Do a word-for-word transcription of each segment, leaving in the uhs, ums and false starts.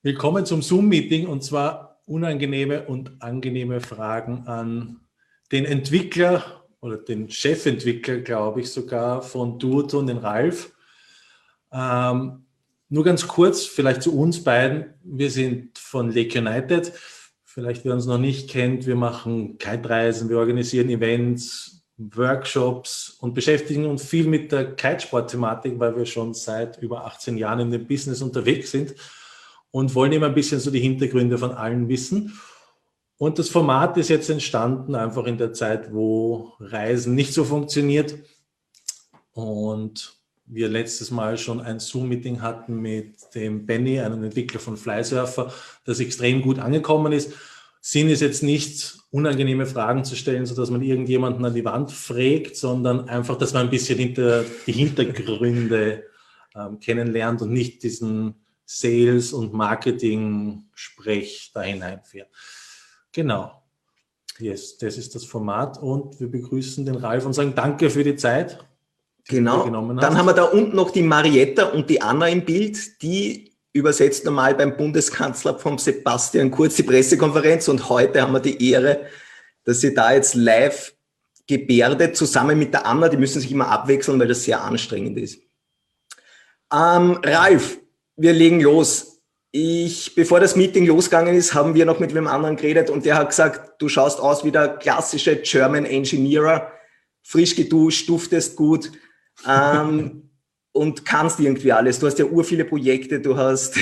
Willkommen zum Zoom-Meeting und zwar unangenehme und angenehme Fragen an den Entwickler oder den Chefentwickler, glaube ich sogar, von Duotone, den Ralf. Ähm, nur ganz kurz, vielleicht zu uns beiden. Wir sind von Lake United. Vielleicht, wer uns noch nicht kennt, wir machen Kite-Reisen, wir organisieren Events, Workshops und beschäftigen uns viel mit der Kitesport-Thematik, weil wir schon seit über achtzehn Jahren in dem Business unterwegs sind und wollen immer ein bisschen so die Hintergründe von allen wissen. Und das Format ist jetzt entstanden, einfach in der Zeit, wo Reisen nicht so funktioniert. Und wir letztes Mal schon ein Zoom-Meeting hatten mit dem Benny, einem Entwickler von Flysurfer, das extrem gut angekommen ist. Sinn ist jetzt nicht, unangenehme Fragen zu stellen, sodass man irgendjemanden an die Wand fragt, sondern einfach, dass man ein bisschen hinter die Hintergründe ähm, kennenlernt und nicht diesen Sales- und Marketing-Sprech da hineinfährt. Genau. Yes, das ist das Format und wir begrüßen den Ralf und sagen danke für die Zeit, die genau. du dir genommen hast. Dann haben wir da unten noch die Marietta und die Anna im Bild, die übersetzt normal beim Bundeskanzler vom Sebastian Kurz die Pressekonferenz und heute haben wir die Ehre, dass sie da jetzt live gebärdet, zusammen mit der Anna, die müssen sich immer abwechseln, weil das sehr anstrengend ist. Ähm, Ralf, wir legen los. Ich, bevor das Meeting losgegangen ist, haben wir noch mit einem anderen geredet und der hat gesagt, du schaust aus wie der klassische German Engineer, frisch geduscht, duftest gut ähm, und kannst irgendwie alles. Du hast ja ur viele Projekte, du hast,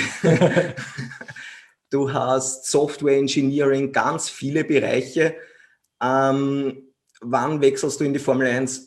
du hast Software Engineering, ganz viele Bereiche. Ähm, wann wechselst du in die Formel eins?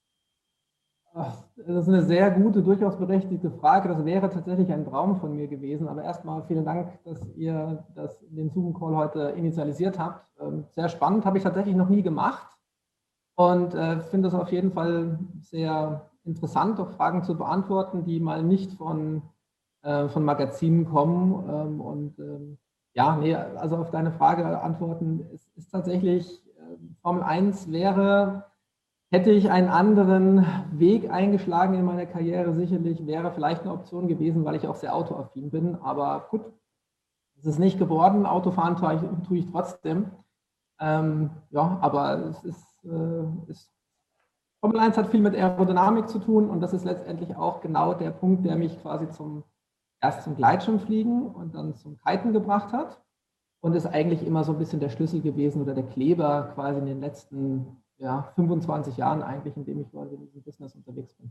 Das ist eine sehr gute, durchaus berechtigte Frage. Das wäre tatsächlich ein Traum von mir gewesen. Aber erstmal vielen Dank, dass ihr das, den Zoom-Call heute initialisiert habt. Sehr spannend, habe ich tatsächlich noch nie gemacht. Und äh, finde es auf jeden Fall sehr interessant, auch Fragen zu beantworten, die mal nicht von, äh, von Magazinen kommen. Ähm, und ähm, ja, nee, also auf deine Frage antworten, es ist tatsächlich, äh, Formel eins wäre... Hätte ich einen anderen Weg eingeschlagen in meiner Karriere, sicherlich wäre vielleicht eine Option gewesen, weil ich auch sehr autoaffin bin. Aber gut, es ist nicht geworden. Autofahren tue ich, tue ich trotzdem. Ähm, ja, aber es ist, äh, ist, Formel eins hat viel mit Aerodynamik zu tun und das ist letztendlich auch genau der Punkt, der mich quasi zum, erst zum Gleitschirmfliegen und dann zum Kiten gebracht hat und ist eigentlich immer so ein bisschen der Schlüssel gewesen oder der Kleber quasi in den letzten ja, fünfundzwanzig Jahren eigentlich, in dem ich quasi in diesem Business unterwegs bin.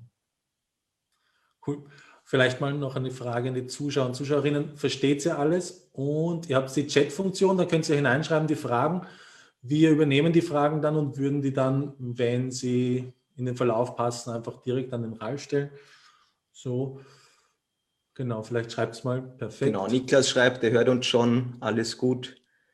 Cool. Vielleicht mal noch eine Frage an die Zuschauer und Zuschauerinnen. Versteht ihr alles? Und ihr habt die Chat-Funktion, da könnt ihr hineinschreiben, die Fragen. Wir übernehmen die Fragen dann und würden die dann, wenn sie in den Verlauf passen, einfach direkt an den Ralf stellen. So, genau, vielleicht schreibt es mal perfekt. Genau, Niklas schreibt, der hört uns schon, alles gut.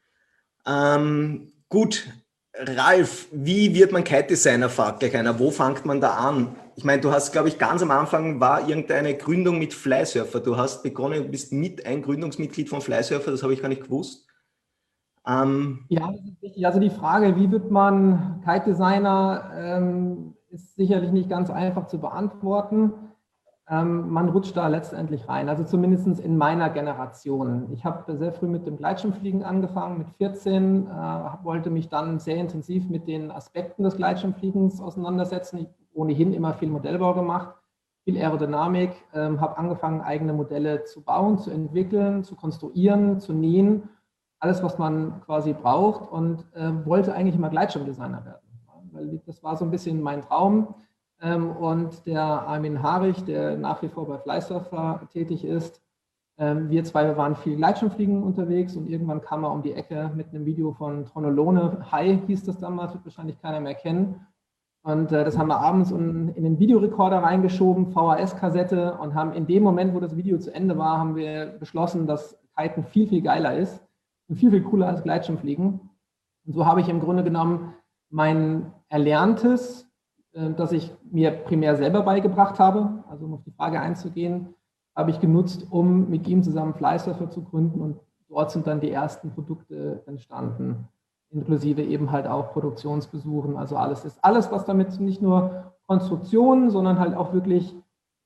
Ähm, gut, Ralf, wie wird man Kite-Designer, fragt gleich einer, wo fängt man da an? Ich meine, du hast, glaube ich, ganz am Anfang war irgendeine Gründung mit Flysurfer. Du hast begonnen, du bist mit ein Gründungsmitglied von Flysurfer, das habe ich gar nicht gewusst. Ähm, ja, das ist richtig. Also die Frage, wie wird man Kite-Designer, ähm, ist sicherlich nicht ganz einfach zu beantworten. Ähm, man rutscht da letztendlich rein, also zumindest in meiner Generation. Ich habe sehr früh mit dem Gleitschirmfliegen angefangen, mit vierzehn, äh, wollte mich dann sehr intensiv mit den Aspekten des Gleitschirmfliegens auseinandersetzen. Ich habe ohnehin immer viel Modellbau gemacht, viel Aerodynamik, ähm, habe angefangen, eigene Modelle zu bauen, zu entwickeln, zu konstruieren, zu nähen, alles, was man quasi braucht und äh, wollte eigentlich immer Gleitschirmdesigner werden, weil das war so ein bisschen mein Traum. Und der Armin Harich, der nach wie vor bei Flysurfer tätig ist, wir zwei waren viel Gleitschirmfliegen unterwegs und irgendwann kam er um die Ecke mit einem Video von Tronolone. Hi hieß das damals, wird wahrscheinlich keiner mehr kennen. Und das haben wir abends in den Videorekorder reingeschoben, V H S-Kassette, und haben in dem Moment, wo das Video zu Ende war, haben wir beschlossen, dass Kiten viel, viel geiler ist und viel, viel cooler als Gleitschirmfliegen. Und so habe ich im Grunde genommen mein Erlerntes, das ich mir primär selber beigebracht habe, also um auf die Frage einzugehen, habe ich genutzt, um mit ihm zusammen Flysurfer zu gründen und dort sind dann die ersten Produkte entstanden, inklusive eben halt auch Produktionsbesuchen, also alles ist alles, was damit nicht nur Konstruktion, sondern halt auch wirklich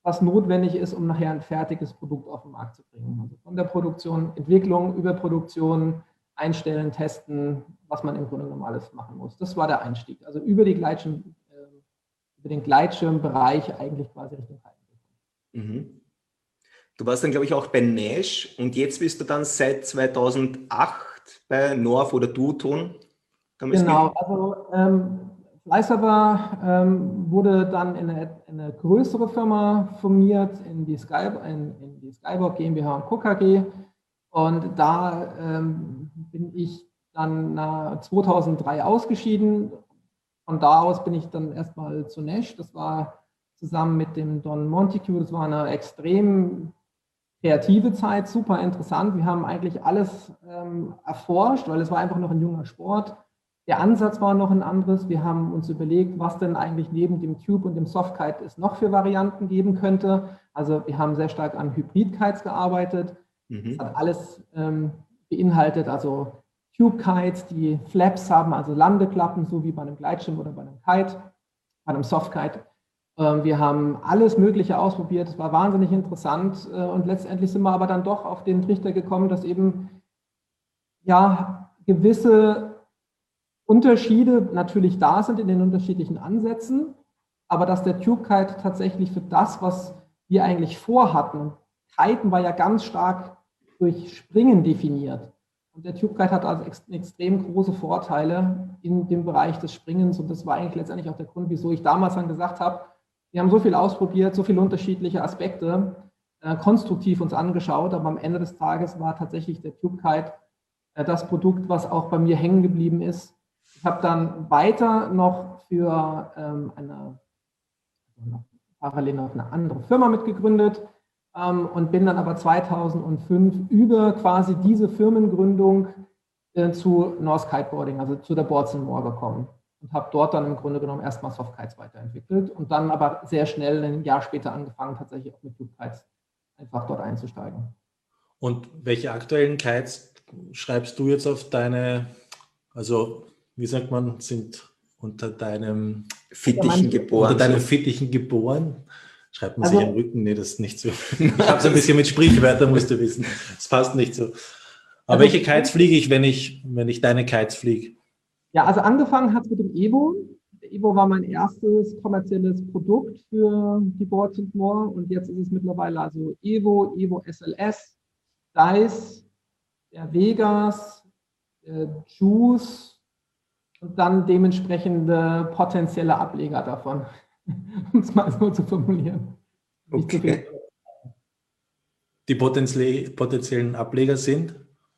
was notwendig ist, um nachher ein fertiges Produkt auf den Markt zu bringen. Also von der Produktion, Entwicklung, über Produktion, einstellen, testen, was man im Grunde genommen alles machen muss. Das war der Einstieg. Also über, die Gleitschirm, äh, über den Gleitschirmbereich eigentlich quasi Richtung Kiteentwicklung. Mhm. Du warst dann, glaube ich, auch bei Nash und jetzt bist du dann seit zweitausendacht bei North oder Duotone. Genau, also ähm, Flyserver ähm, wurde dann in eine, in eine größere Firma formiert, in die, Sky, in, in die Skyborg GmbH und Co. K G. Und da ähm, bin ich dann nach zweitausenddrei ausgeschieden. Von da aus bin ich dann erstmal zu Nash. Das war zusammen mit dem Don Montague. Das war eine extrem kreative Zeit, super interessant. Wir haben eigentlich alles ähm, erforscht, weil es war einfach noch ein junger Sport. Der Ansatz war noch ein anderes. Wir haben uns überlegt, was denn eigentlich neben dem Tube und dem Softkite es noch für Varianten geben könnte. Also wir haben sehr stark an Hybrid-Kites gearbeitet. Mhm. Das hat alles ähm, beinhaltet, also Tube-Kites, die Flaps haben, also Landeklappen, so wie bei einem Gleitschirm oder bei einem Kite, bei einem Softkite. Ähm, wir haben alles Mögliche ausprobiert. Es war wahnsinnig interessant äh, und letztendlich sind wir aber dann doch auf den Trichter gekommen, dass eben ja gewisse Unterschiede natürlich da sind in den unterschiedlichen Ansätzen, aber dass der Tube-Kite tatsächlich für das, was wir eigentlich vorhatten, Kiten war ja ganz stark durch Springen definiert. Und der Tube-Kite hat also ex extrem große Vorteile in dem Bereich des Springens und das war eigentlich letztendlich auch der Grund, wieso ich damals dann gesagt habe, wir haben so viel ausprobiert, so viele unterschiedliche Aspekte, äh, konstruktiv uns angeschaut, aber am Ende des Tages war tatsächlich der Tube-Kite äh, das Produkt, was auch bei mir hängen geblieben ist. Ich habe dann weiter noch für ähm, eine, also parallel noch eine andere Firma mitgegründet ähm, und bin dann aber zweitausendfünf über quasi diese Firmengründung äh, zu North Kiteboarding, also zu der Boards and More gekommen und habe dort dann im Grunde genommen erstmal Softkites weiterentwickelt und dann aber sehr schnell ein Jahr später angefangen, tatsächlich auch mit Tube-Kites einfach dort einzusteigen. Und welche aktuellen Kites schreibst du jetzt auf deine, also wie sagt man, sind unter deinem Fittichen geboren? Unter deinen Fittichen geboren? Schreibt man also, sich am Rücken? Nee, das ist nicht so. Ich habe es ein bisschen mit Sprichwörtern, musst du wissen. Das passt nicht so. Aber also, welche Kites fliege ich, wenn ich, wenn ich deine Kites fliege? Ja, also angefangen hat es mit dem Evo. Der Evo war mein erstes kommerzielles Produkt für die Boards and More und jetzt ist es mittlerweile also Evo, Evo S L S, Dice, der Vegas, der Juice und dann dementsprechende potenzielle Ableger davon, um es mal so zu formulieren. Okay. Die potenziellen Ableger sind?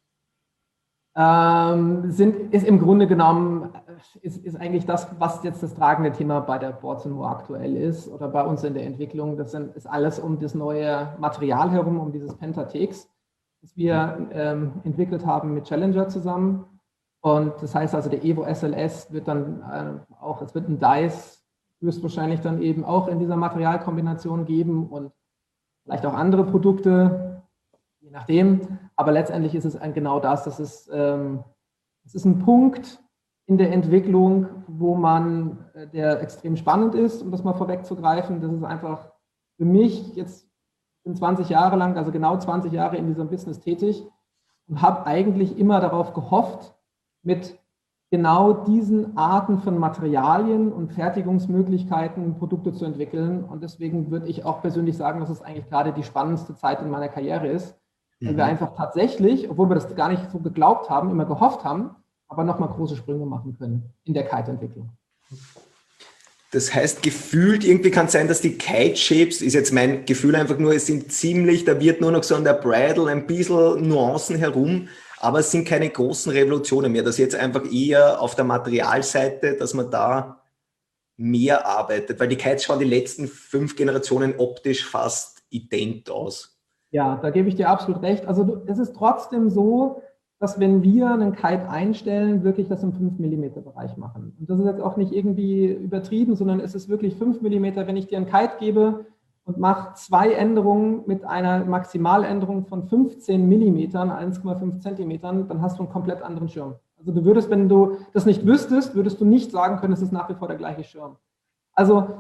Ähm, sind, ist im Grunde genommen, ist, ist eigentlich das, was jetzt das tragende Thema bei der Boards and More aktuell ist oder bei uns in der Entwicklung. Das sind, ist alles um das neue Material herum, um dieses Pentatex, das wir ähm, entwickelt haben mit Challenger zusammen. Und das heißt also, der Evo S L S wird dann äh, auch, es wird ein Dice höchstwahrscheinlich dann eben auch in dieser Materialkombination geben und vielleicht auch andere Produkte, je nachdem. Aber letztendlich ist es ein, genau das, das ist, ähm, das ist ein Punkt in der Entwicklung, wo man, äh, der extrem spannend ist, um das mal vorwegzugreifen. Das ist einfach für mich, jetzt bin zwanzig Jahre lang, also genau zwanzig Jahre in diesem Business tätig und habe eigentlich immer darauf gehofft, mit genau diesen Arten von Materialien und Fertigungsmöglichkeiten Produkte zu entwickeln. Und deswegen würde ich auch persönlich sagen, dass es eigentlich gerade die spannendste Zeit in meiner Karriere ist, weil mhm. wir einfach tatsächlich, obwohl wir das gar nicht so geglaubt haben, immer gehofft haben, aber nochmal große Sprünge machen können in der Kite-Entwicklung. Das heißt, gefühlt, irgendwie kann es sein, dass die Kite-Shapes, ist jetzt mein Gefühl einfach nur, es sind ziemlich, da wird nur noch so an der Bridle ein bisschen Nuancen herum, aber es sind keine großen Revolutionen mehr. Das ist jetzt einfach eher auf der Materialseite, dass man da mehr arbeitet, weil die Kites schauen die letzten fünf Generationen optisch fast ident aus. Ja, da gebe ich dir absolut recht. Also es ist trotzdem so, dass wenn wir einen Kite einstellen, wirklich das im fünf Millimeter Bereich machen. Und das ist jetzt auch nicht irgendwie übertrieben, sondern es ist wirklich fünf Millimeter, wenn ich dir einen Kite gebe und mache zwei Änderungen mit einer Maximaländerung von fünfzehn Millimetern, eins Komma fünf Zentimetern, dann hast du einen komplett anderen Schirm. Also du würdest, wenn du das nicht wüsstest, würdest du nicht sagen können, es ist nach wie vor der gleiche Schirm. Also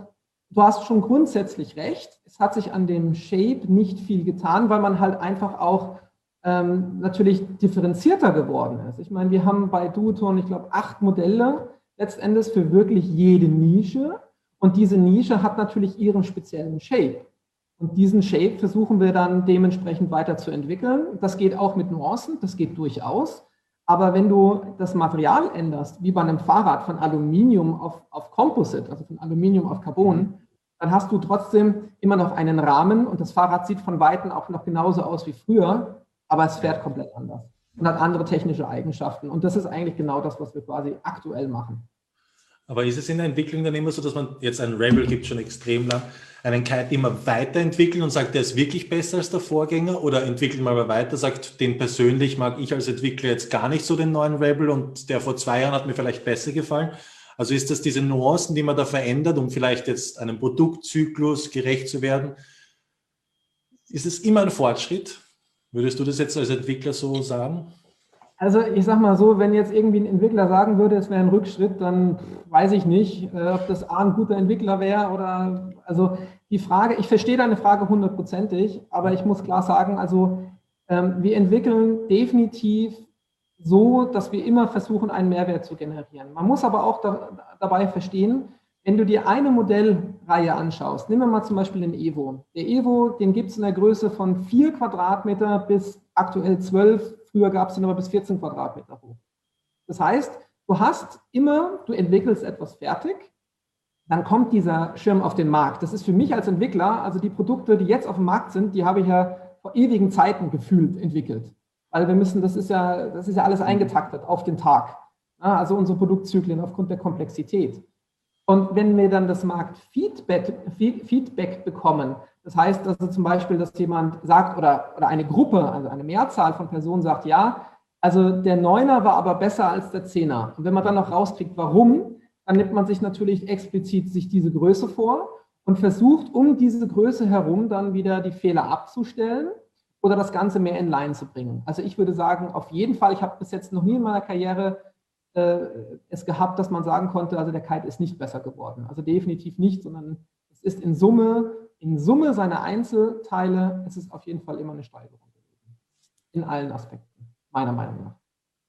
du hast schon grundsätzlich recht. Es hat sich an dem Shape nicht viel getan, weil man halt einfach auch ähm, natürlich differenzierter geworden ist. Ich meine, wir haben bei Duoton, ich glaube, acht Modelle letztendlich für wirklich jede Nische. Und diese Nische hat natürlich ihren speziellen Shape. Und diesen Shape versuchen wir dann dementsprechend weiterzuentwickeln. Das geht auch mit Nuancen, das geht durchaus. Aber wenn du das Material änderst, wie bei einem Fahrrad von Aluminium auf, auf Composite, also von Aluminium auf Carbon, dann hast du trotzdem immer noch einen Rahmen und das Fahrrad sieht von Weitem auch noch genauso aus wie früher, aber es fährt komplett anders und hat andere technische Eigenschaften. Und das ist eigentlich genau das, was wir quasi aktuell machen. Aber ist es in der Entwicklung dann immer so, dass man jetzt einen Rebel gibt schon extrem lang, einen Kite immer weiterentwickeln und sagt, der ist wirklich besser als der Vorgänger, oder entwickelt man aber weiter, sagt, den persönlich mag ich als Entwickler jetzt gar nicht so, den neuen Rebel, und der vor zwei Jahren hat mir vielleicht besser gefallen? Also ist das diese Nuancen, die man da verändert, um vielleicht jetzt einem Produktzyklus gerecht zu werden? Ist es immer ein Fortschritt? Würdest du das jetzt als Entwickler so sagen? Also ich sag mal so, wenn jetzt irgendwie ein Entwickler sagen würde, es wäre ein Rückschritt, dann weiß ich nicht, äh, ob das A, ein guter Entwickler wäre oder, also die Frage, ich verstehe deine Frage hundertprozentig, aber ich muss klar sagen, also ähm, wir entwickeln definitiv so, dass wir immer versuchen, einen Mehrwert zu generieren. Man muss aber auch da, dabei verstehen, wenn du dir eine Modellreihe anschaust, nehmen wir mal zum Beispiel den Evo. Der Evo, den gibt es in der Größe von vier Quadratmeter bis aktuell zwölf. Früher gab es den aber bis vierzehn Quadratmeter hoch. Das heißt, du hast immer, du entwickelst etwas fertig, dann kommt dieser Schirm auf den Markt. Das ist für mich als Entwickler, also die Produkte, die jetzt auf dem Markt sind, die habe ich ja vor ewigen Zeiten gefühlt entwickelt. Weil wir müssen, das ist ja, das ist ja alles eingetaktet auf den Tag. Also unsere Produktzyklen aufgrund der Komplexität. Und wenn wir dann das Marktfeedback Feedback bekommen, das heißt, dass zum Beispiel, dass jemand sagt oder, oder eine Gruppe, also eine Mehrzahl von Personen sagt, ja, also der Neuner war aber besser als der Zehner. Und wenn man dann noch rauskriegt, warum, dann nimmt man sich natürlich explizit sich diese Größe vor und versucht, um diese Größe herum dann wieder die Fehler abzustellen oder das Ganze mehr in Line zu bringen. Also ich würde sagen, auf jeden Fall, ich habe bis jetzt noch nie in meiner Karriere äh, es gehabt, dass man sagen konnte, also der Kite ist nicht besser geworden. Also definitiv nicht, sondern es ist in Summe, in Summe seiner Einzelteile, es ist auf jeden Fall immer eine Steigerung gewesen. In allen Aspekten, meiner Meinung nach.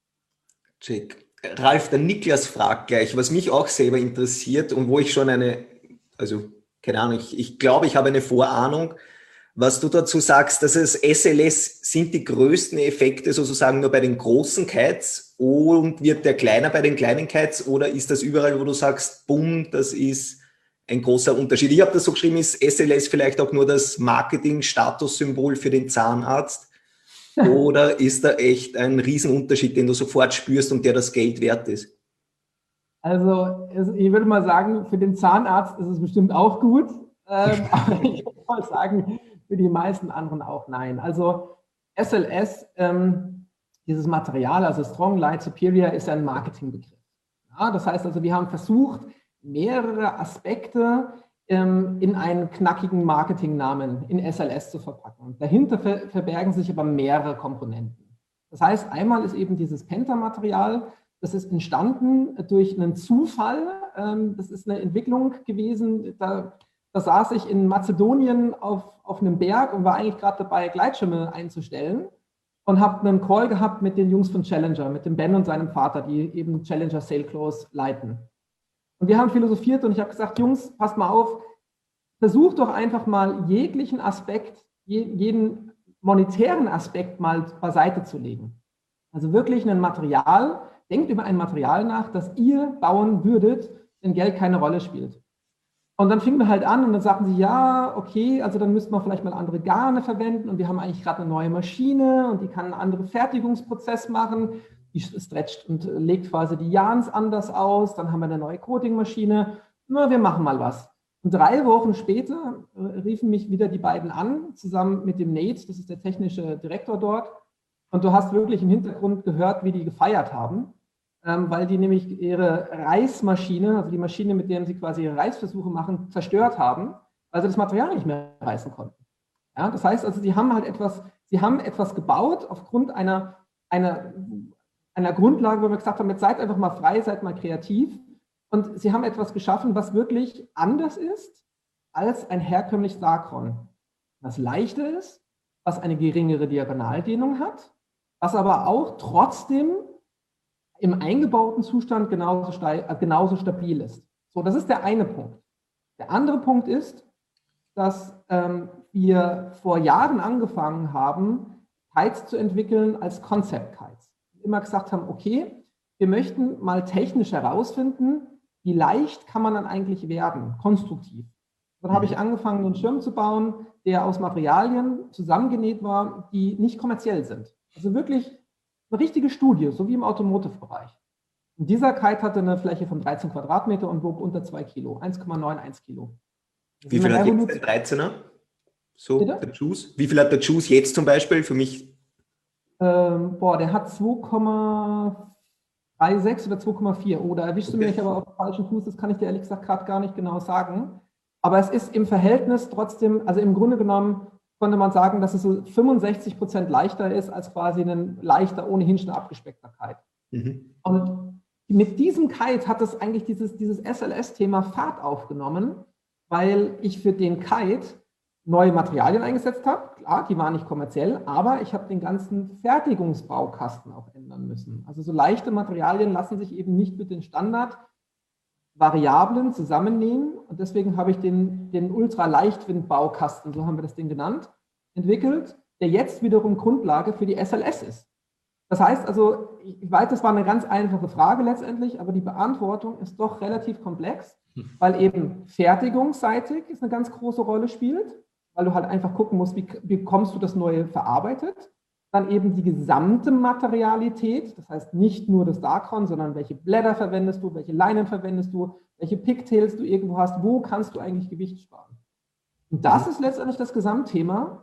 Check. Ralf, der Niklas fragt gleich, was mich auch selber interessiert und wo ich schon eine, also keine Ahnung, ich, ich glaube, ich habe eine Vorahnung, was du dazu sagst, dass es S L S sind die größten Effekte sozusagen nur bei den großen Kites und wird der kleiner bei den kleinen Kites, oder ist das überall, wo du sagst, bumm, das ist ein großer Unterschied? Ich habe das so geschrieben, ist S L S vielleicht auch nur das Marketing-Statussymbol für den Zahnarzt? Oder ist da echt ein Riesenunterschied, den du sofort spürst und der das Geld wert ist? Also ich würde mal sagen, für den Zahnarzt ist es bestimmt auch gut, ähm, aber ich würde mal sagen, für die meisten anderen auch nein. Also S L S, ähm, dieses Material, also Strong Light Superior, ist ein Marketingbegriff. Ja, das heißt also, wir haben versucht, mehrere Aspekte ähm, in einen knackigen Marketingnamen in S L S zu verpacken. Dahinter ver verbergen sich aber mehrere Komponenten. Das heißt, einmal ist eben dieses Penta-Material, das ist entstanden durch einen Zufall. Ähm, das ist eine Entwicklung gewesen, da, da saß ich in Mazedonien auf, auf einem Berg und war eigentlich gerade dabei, Gleitschirme einzustellen und habe einen Call gehabt mit den Jungs von Challenger, mit dem Ben und seinem Vater, die eben Challenger Sail Close leiten. Und wir haben philosophiert und ich habe gesagt, Jungs, passt mal auf, versucht doch einfach mal jeglichen Aspekt, jeden monetären Aspekt mal beiseite zu legen. Also wirklich ein Material, denkt über ein Material nach, das ihr bauen würdet, wenn Geld keine Rolle spielt. Und dann fingen wir halt an und dann sagten sie, ja, okay, also dann müsste man vielleicht mal andere Garne verwenden und wir haben eigentlich gerade eine neue Maschine und die kann einen anderen Fertigungsprozess machen. Die stretcht und legt quasi die Yarns anders aus. Dann haben wir eine neue Coating-Maschine. Na, wir machen mal was. Und drei Wochen später äh, riefen mich wieder die beiden an, zusammen mit dem Nate, das ist der technische Direktor dort. Und du hast wirklich im Hintergrund gehört, wie die gefeiert haben, ähm, weil die nämlich ihre Reißmaschine, also die Maschine, mit der sie quasi ihre Reißversuche machen, zerstört haben, weil sie das Material nicht mehr reißen konnten. Ja, das heißt also, sie haben halt etwas, sie haben etwas gebaut aufgrund einer, einer, einer Grundlage, wo wir gesagt haben, jetzt seid einfach mal frei, seid mal kreativ. Und sie haben etwas geschaffen, was wirklich anders ist, als ein herkömmliches Dacron, was leichter ist, was eine geringere Diagonaldehnung hat, was aber auch trotzdem im eingebauten Zustand genauso, äh, genauso stabil ist. So, das ist der eine Punkt. Der andere Punkt ist, dass ähm, wir vor Jahren angefangen haben, Kites zu entwickeln als Concept-Kites. Immer gesagt haben, okay, wir möchten mal technisch herausfinden, wie leicht kann man dann eigentlich werden, konstruktiv. Dann habe ich angefangen, einen Schirm zu bauen, der aus Materialien zusammengenäht war, die nicht kommerziell sind. Also wirklich eine richtige Studie, so wie im Automotive-Bereich. Und dieser Kite hatte eine Fläche von dreizehn Quadratmeter und wog unter zwei Kilo, eins Komma neunundneunzig Kilo. Wie viel hat jetzt der dreizehner? So, Bitte? Der Juice? Wie viel hat der Juice jetzt zum Beispiel für mich? Ähm, boah, der hat zwei Komma sechsunddreißig oder zwei Komma vier. Oh, da erwischst okay. du mich aber auf den falschen Fuß, das kann ich dir ehrlich gesagt gerade gar nicht genau sagen. Aber es ist im Verhältnis trotzdem, also im Grunde genommen konnte man sagen, dass es so fünfundsechzig Prozent leichter ist als quasi ein leichter, ohnehin schon abgespeckter Kite. Mhm. Und mit diesem Kite hat es eigentlich dieses, dieses S L S-Thema Fahrt aufgenommen, weil ich für den Kite neue Materialien eingesetzt habe. Klar, die waren nicht kommerziell, aber ich habe den ganzen Fertigungsbaukasten auch ändern müssen. Also so leichte Materialien lassen sich eben nicht mit den Standardvariablen zusammennehmen und deswegen habe ich den, den Ultra-Leichtwind-Baukasten, so haben wir das Ding genannt, entwickelt, der jetzt wiederum Grundlage für die S L S ist. Das heißt also, ich weiß, das war eine ganz einfache Frage letztendlich, aber die Beantwortung ist doch relativ komplex, weil eben fertigungsseitig ist eine ganz große Rolle spielt, weil du halt einfach gucken musst, wie bekommst du das Neue verarbeitet. Dann eben die gesamte Materialität, das heißt nicht nur das Dacron, sondern welche Blätter verwendest du, welche Leinen verwendest du, welche Pigtails du irgendwo hast, wo kannst du eigentlich Gewicht sparen. Und das ist letztendlich das Gesamtthema.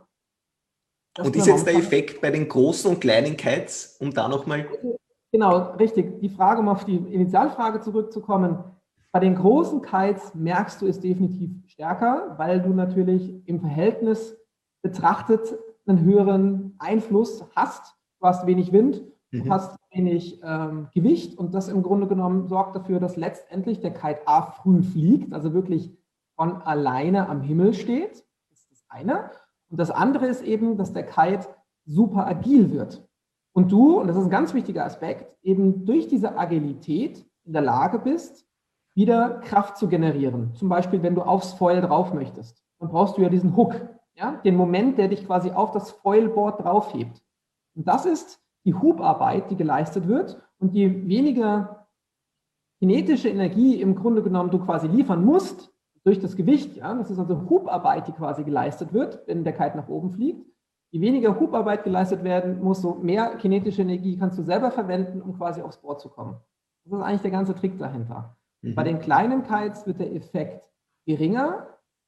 Und ist jetzt der Effekt bei den großen und kleinen Kites, um da nochmal... Genau, richtig. Die Frage, um auf die Initialfrage zurückzukommen, bei den großen Kites merkst du es definitiv stärker, weil du natürlich im Verhältnis betrachtet einen höheren Einfluss hast. Du hast wenig Wind, du mhm. hast wenig ähm, Gewicht und das im Grunde genommen sorgt dafür, dass letztendlich der Kite A früh fliegt, also wirklich von alleine am Himmel steht. Das ist das eine. Und das andere ist eben, dass der Kite super agil wird. Und du, und das ist ein ganz wichtiger Aspekt, eben durch diese Agilität in der Lage bist, wieder Kraft zu generieren. Zum Beispiel, wenn du aufs Foil drauf möchtest, dann brauchst du ja diesen Hook, ja, den Moment, der dich quasi auf das Foilboard draufhebt. Und das ist die Hubarbeit, die geleistet wird. Und je weniger kinetische Energie im Grunde genommen du quasi liefern musst, durch das Gewicht, ja, das ist also Hubarbeit, die quasi geleistet wird, wenn der Kite nach oben fliegt. Je weniger Hubarbeit geleistet werden muss, so mehr kinetische Energie kannst du selber verwenden, um quasi aufs Board zu kommen. Das ist eigentlich der ganze Trick dahinter. Mhm. Bei den kleinen Kites wird der Effekt geringer,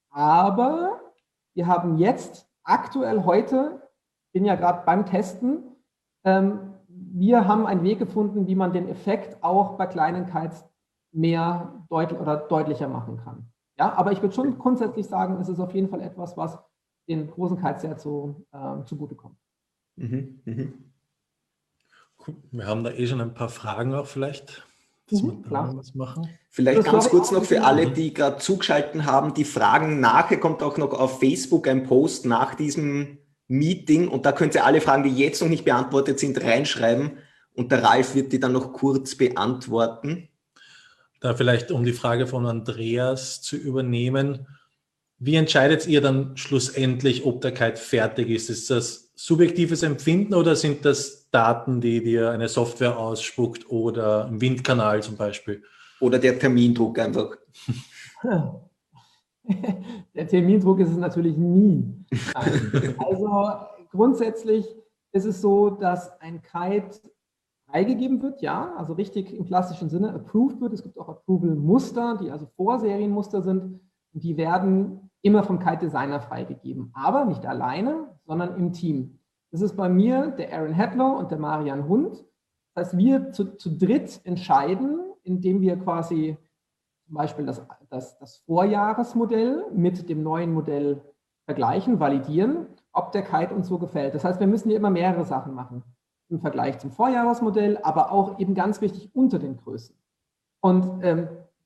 aber wir haben jetzt aktuell heute, ich bin ja gerade beim Testen, ähm, wir haben einen Weg gefunden, wie man den Effekt auch bei kleinen Kites mehr deutlich oder deutlicher machen kann. Ja, aber ich würde schon grundsätzlich sagen, es ist auf jeden Fall etwas, was den großen Kites sehr zu, äh, zugutekommt. Mhm, mhm. Wir haben da eh schon ein paar Fragen auch vielleicht. Dass mhm, wir da was machen. Vielleicht ganz kurz noch für alle, die gerade zugeschaltet haben, die Fragen nachher kommt auch noch auf Facebook ein Post nach diesem Meeting und da könnt ihr alle Fragen, die jetzt noch nicht beantwortet sind, reinschreiben und der Ralf wird die dann noch kurz beantworten. Da vielleicht, um die Frage von Andreas zu übernehmen, wie entscheidet ihr dann schlussendlich, ob der Kite fertig ist? Ist das subjektives Empfinden oder sind das Daten, die dir eine Software ausspuckt oder im Windkanal zum Beispiel? Oder der Termindruck einfach. Der Termindruck ist es natürlich nie. Also grundsätzlich ist es so, dass ein Kite freigegeben wird, ja, also richtig im klassischen Sinne approved wird. Es gibt auch Approval-Muster, die also Vorserienmuster sind. Und die werden immer vom Kite-Designer freigegeben. Aber nicht alleine, sondern im Team. Das ist bei mir der Aaron Hedlow und der Marian Hund. Das heißt, wir zu, zu dritt entscheiden, indem wir quasi zum Beispiel das, das, das Vorjahresmodell mit dem neuen Modell vergleichen, validieren, ob der Kite uns so gefällt. Das heißt, wir müssen hier immer mehrere Sachen machen. Im Vergleich zum Vorjahresmodell, aber auch eben ganz wichtig unter den Größen. Und ähm,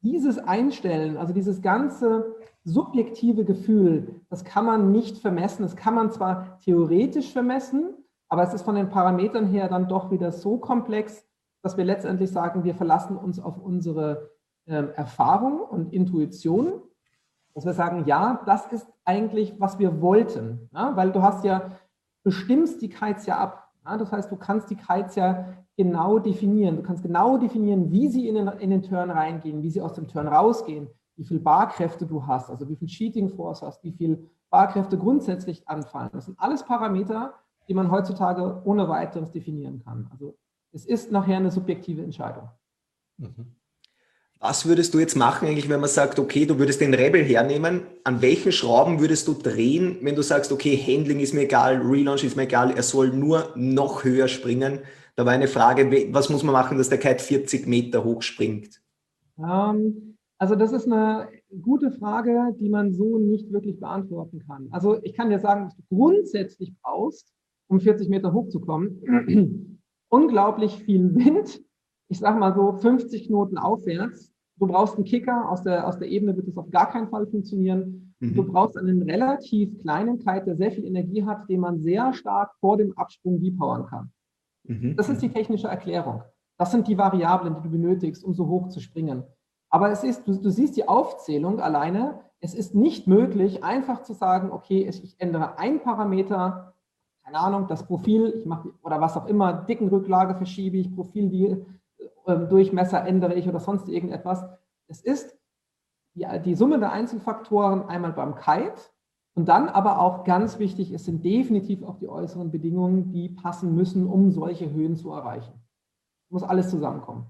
dieses Einstellen, also dieses ganze subjektive Gefühl, das kann man nicht vermessen. Das kann man zwar theoretisch vermessen, aber es ist von den Parametern her dann doch wieder so komplex, dass wir letztendlich sagen, wir verlassen uns auf unsere äh, Erfahrung und Intuition, dass wir sagen, ja, das ist eigentlich, was wir wollten. Ja? Weil du hast ja, bestimmst die Kites ja ab. Ja? Das heißt, du kannst die Kites ja genau definieren. Du kannst genau definieren, wie sie in den, in den Turn reingehen, wie sie aus dem Turn rausgehen, wie viel Barkräfte du hast, also wie viel Cheating Force hast, wie viel Barkräfte grundsätzlich anfallen. Das sind alles Parameter, die man heutzutage ohne weiteres definieren kann. Also es ist nachher eine subjektive Entscheidung. Mhm. Was würdest du jetzt machen, eigentlich, wenn man sagt, okay, du würdest den Rebel hernehmen, an welchen Schrauben würdest du drehen, wenn du sagst, okay, Handling ist mir egal, Relaunch ist mir egal, er soll nur noch höher springen? Da war eine Frage, was muss man machen, dass der Kite vierzig Meter hoch springt? Ähm, also das ist eine gute Frage, die man so nicht wirklich beantworten kann. Also ich kann dir sagen, was du grundsätzlich brauchst, um vierzig Meter hochzukommen. Unglaublich viel Wind. Ich sage mal so fünfzig Knoten aufwärts. Du brauchst einen Kicker, aus der, aus der Ebene wird es auf gar keinen Fall funktionieren. Mhm. Du brauchst einen relativ kleinen Kite, der sehr viel Energie hat, den man sehr stark vor dem Absprung depowern kann. Mhm. Das ist die technische Erklärung. Das sind die Variablen, die du benötigst, um so hoch zu springen. Aber es ist, du, du siehst die Aufzählung alleine, es ist nicht möglich, einfach zu sagen, okay, ich ändere einen Parameter, keine Ahnung, das Profil, ich mache, oder was auch immer, Dickenrücklage verschiebe ich, Profil, die Durchmesser ändere ich oder sonst irgendetwas. Es ist die, die Summe der Einzelfaktoren einmal beim Kite und dann aber auch ganz wichtig, es sind definitiv auch die äußeren Bedingungen, die passen müssen, um solche Höhen zu erreichen. Es muss alles zusammenkommen.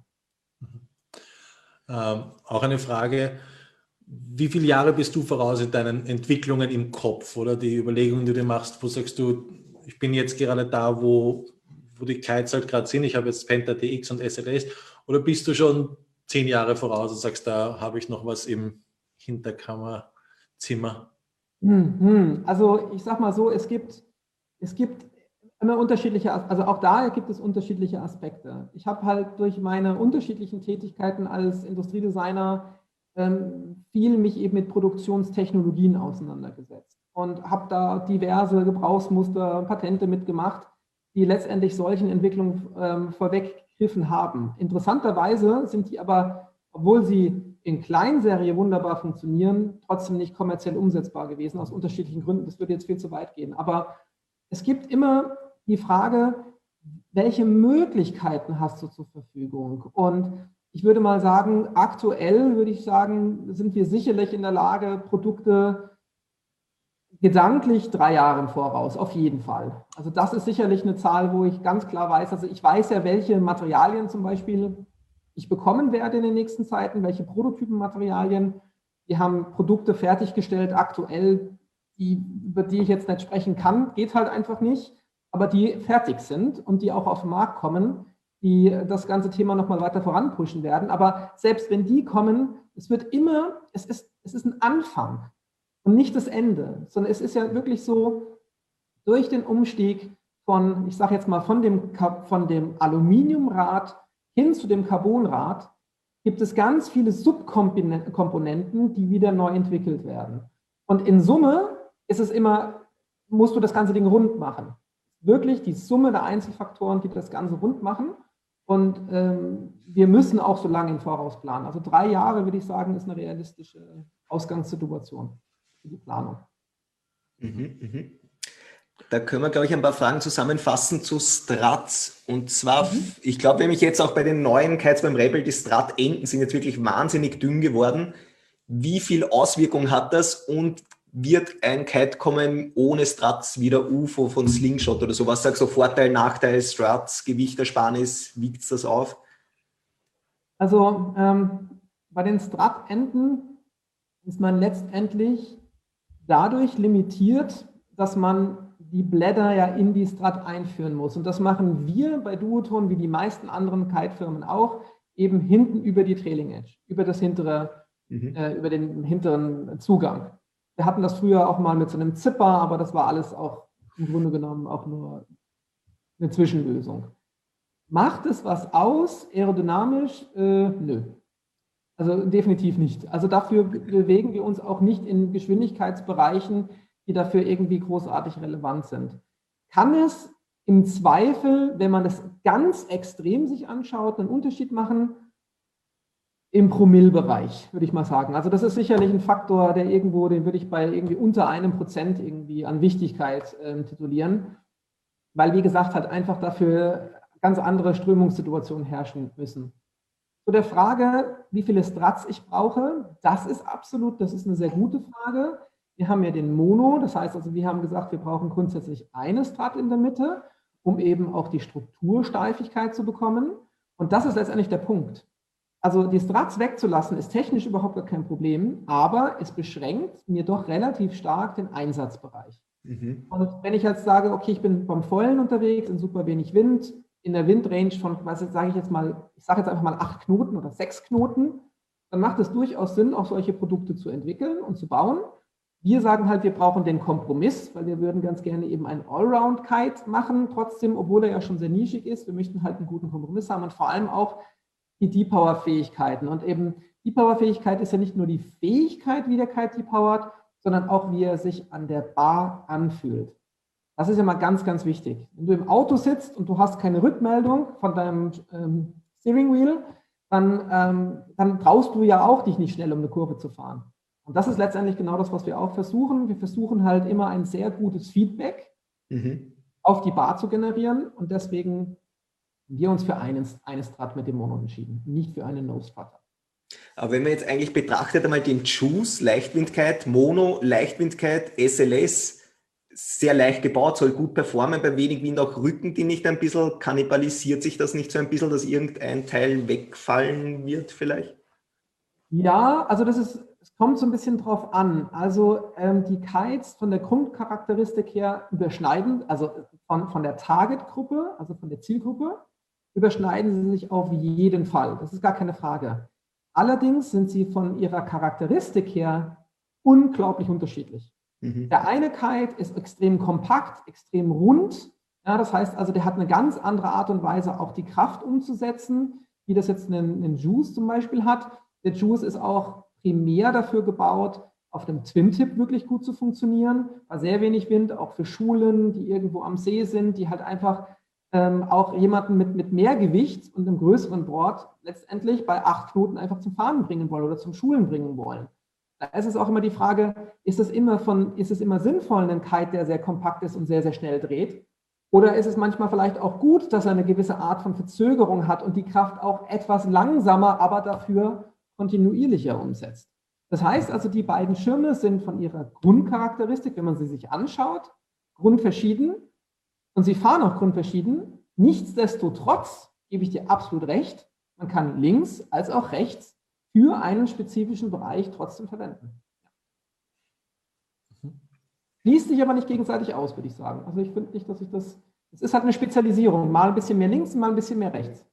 Ähm, auch eine Frage, wie viele Jahre bist du voraus in deinen Entwicklungen im Kopf oder die Überlegungen, die du machst, wo sagst du, ich bin jetzt gerade da, wo wo die Kites halt gerade sind, ich habe jetzt Penta T X und S L S, oder bist du schon zehn Jahre voraus und sagst, da habe ich noch was im Hinterkammerzimmer? Also ich sag mal so, es gibt, es gibt immer unterschiedliche, also auch da gibt es unterschiedliche Aspekte. Ich habe halt durch meine unterschiedlichen Tätigkeiten als Industriedesigner ähm, viel mich eben mit Produktionstechnologien auseinandergesetzt und habe da diverse Gebrauchsmuster, Patente mitgemacht, die letztendlich solchen Entwicklungen ähm, vorweggegriffen haben. Interessanterweise sind die aber, obwohl sie in Kleinserie wunderbar funktionieren, trotzdem nicht kommerziell umsetzbar gewesen, aus unterschiedlichen Gründen. Das würde jetzt viel zu weit gehen. Aber es gibt immer die Frage, welche Möglichkeiten hast du zur Verfügung? Und ich würde mal sagen, aktuell würde ich sagen, sind wir sicherlich in der Lage, Produkte gedanklich drei Jahre im Voraus, auf jeden Fall. Also das ist sicherlich eine Zahl, wo ich ganz klar weiß, also ich weiß ja, welche Materialien zum Beispiel ich bekommen werde in den nächsten Zeiten, welche Prototypenmaterialien. Wir haben Produkte fertiggestellt, aktuell, die, über die ich jetzt nicht sprechen kann, geht halt einfach nicht, aber die fertig sind und die auch auf den Markt kommen, die das ganze Thema nochmal weiter voranpushen werden. Aber selbst wenn die kommen, es wird immer, es ist, es ist ein Anfang. Und nicht das Ende, sondern es ist ja wirklich so, durch den Umstieg von, ich sage jetzt mal, von dem, von dem Aluminiumrad hin zu dem Carbonrad, gibt es ganz viele Subkomponenten, die wieder neu entwickelt werden. Und in Summe ist es immer, musst du das ganze Ding rund machen. Wirklich die Summe der Einzelfaktoren, die das Ganze rund machen. Und ähm, wir müssen auch so lange im Voraus planen. Also drei Jahre, würde ich sagen, ist eine realistische Ausgangssituation. Die Planung. Mhm, mhm. Da können wir, glaube ich, ein paar Fragen zusammenfassen zu Struts. Und zwar, mhm. ich glaube nämlich jetzt auch bei den neuen Kites beim Rebel, die Strut-Enden sind jetzt wirklich wahnsinnig dünn geworden. Wie viel Auswirkung hat das und wird ein Kite kommen ohne Struts wie der U F O von Slingshot oder so? Was sagst du, Vorteil, Nachteil, Struts, Gewichtersparnis, wiegt es das auf? Also ähm, bei den Strut-Enden ist man letztendlich dadurch limitiert, dass man die Blätter ja in die Strut einführen muss. Und das machen wir bei Duotone, wie die meisten anderen Kite-Firmen auch, eben hinten über die Trailing Edge, über das hintere, mhm. äh, über den hinteren Zugang. Wir hatten das früher auch mal mit so einem Zipper, aber das war alles auch im Grunde genommen auch nur eine Zwischenlösung. Macht es was aus, aerodynamisch? Äh, nö. Also definitiv nicht. Also dafür bewegen wir uns auch nicht in Geschwindigkeitsbereichen, die dafür irgendwie großartig relevant sind. Kann es im Zweifel, wenn man das ganz extrem sich anschaut, einen Unterschied machen? Im Promillebereich, würde ich mal sagen. Also das ist sicherlich ein Faktor, der irgendwo, den würde ich bei irgendwie unter einem Prozent irgendwie an Wichtigkeit äh, titulieren, weil, wie gesagt, halt einfach dafür ganz andere Strömungssituationen herrschen müssen. Zu der Frage, wie viele Strats ich brauche, das ist absolut, das ist eine sehr gute Frage. Wir haben ja den Mono, das heißt also, wir haben gesagt, wir brauchen grundsätzlich eine Strat in der Mitte, um eben auch die Struktursteifigkeit zu bekommen. Und das ist letztendlich der Punkt. Also die Strats wegzulassen, ist technisch überhaupt gar kein Problem, aber es beschränkt mir doch relativ stark den Einsatzbereich. Mhm. Und wenn ich jetzt sage, okay, ich bin beim Vollen unterwegs, in super wenig Wind, in der Windrange von, was sage ich jetzt mal, ich sage jetzt einfach mal acht Knoten oder sechs Knoten, dann macht es durchaus Sinn, auch solche Produkte zu entwickeln und zu bauen. Wir sagen halt, wir brauchen den Kompromiss, weil wir würden ganz gerne eben einen Allround-Kite machen, trotzdem, obwohl er ja schon sehr nischig ist. Wir möchten halt einen guten Kompromiss haben und vor allem auch die Depower-Fähigkeiten. Und eben Depower-Fähigkeit ist ja nicht nur die Fähigkeit, wie der Kite depowert, sondern auch, wie er sich an der Bar anfühlt. Das ist ja mal ganz, ganz wichtig. Wenn du im Auto sitzt und du hast keine Rückmeldung von deinem ähm, Steering Wheel, dann, ähm, dann traust du ja auch dich nicht schnell, um eine Kurve zu fahren. Und das ist letztendlich genau das, was wir auch versuchen. Wir versuchen halt immer ein sehr gutes Feedback mhm. auf die Bar zu generieren und deswegen haben wir uns für einen, eine Strat mit dem Mono entschieden, nicht für einen No-Strat. Aber wenn man jetzt eigentlich betrachtet einmal den Juice, Leichtwindkeit, Mono, Leichtwindkeit, S L S, sehr leicht gebaut, soll gut performen, bei wenig Wind auch Rücken, die nicht ein bisschen, kannibalisiert sich das nicht so ein bisschen, dass irgendein Teil wegfallen wird vielleicht? Ja, also das ist, es kommt so ein bisschen drauf an. Also ähm, die Kites von der Grundcharakteristik her überschneiden, also von, von der Target-Gruppe, also von der Zielgruppe, überschneiden sie sich auf jeden Fall. Das ist gar keine Frage. Allerdings sind sie von ihrer Charakteristik her unglaublich unterschiedlich. Mhm. Der eine Kite ist extrem kompakt, extrem rund. Ja, das heißt also, der hat eine ganz andere Art und Weise, auch die Kraft umzusetzen, wie das jetzt ein, ein Juice zum Beispiel hat. Der Juice ist auch primär dafür gebaut, auf dem Twin-Tip wirklich gut zu funktionieren, bei sehr wenig Wind, auch für Schulen, die irgendwo am See sind, die halt einfach ähm, auch jemanden mit, mit mehr Gewicht und einem größeren Board letztendlich bei acht Knoten einfach zum Fahren bringen wollen oder zum Schulen bringen wollen. Da ist es auch immer die Frage, ist es immer, von, ist es immer sinnvoll, einen Kite, der sehr kompakt ist und sehr, sehr schnell dreht? Oder ist es manchmal vielleicht auch gut, dass er eine gewisse Art von Verzögerung hat und die Kraft auch etwas langsamer, aber dafür kontinuierlicher umsetzt? Das heißt also, die beiden Schirme sind von ihrer Grundcharakteristik, wenn man sie sich anschaut, grundverschieden und sie fahren auch grundverschieden. Nichtsdestotrotz gebe ich dir absolut recht, man kann links als auch rechts für einen spezifischen Bereich trotzdem verwenden. Schließt sich aber nicht gegenseitig aus, würde ich sagen. Also ich finde nicht, dass ich das, es ist halt eine Spezialisierung, mal ein bisschen mehr links, mal ein bisschen mehr rechts.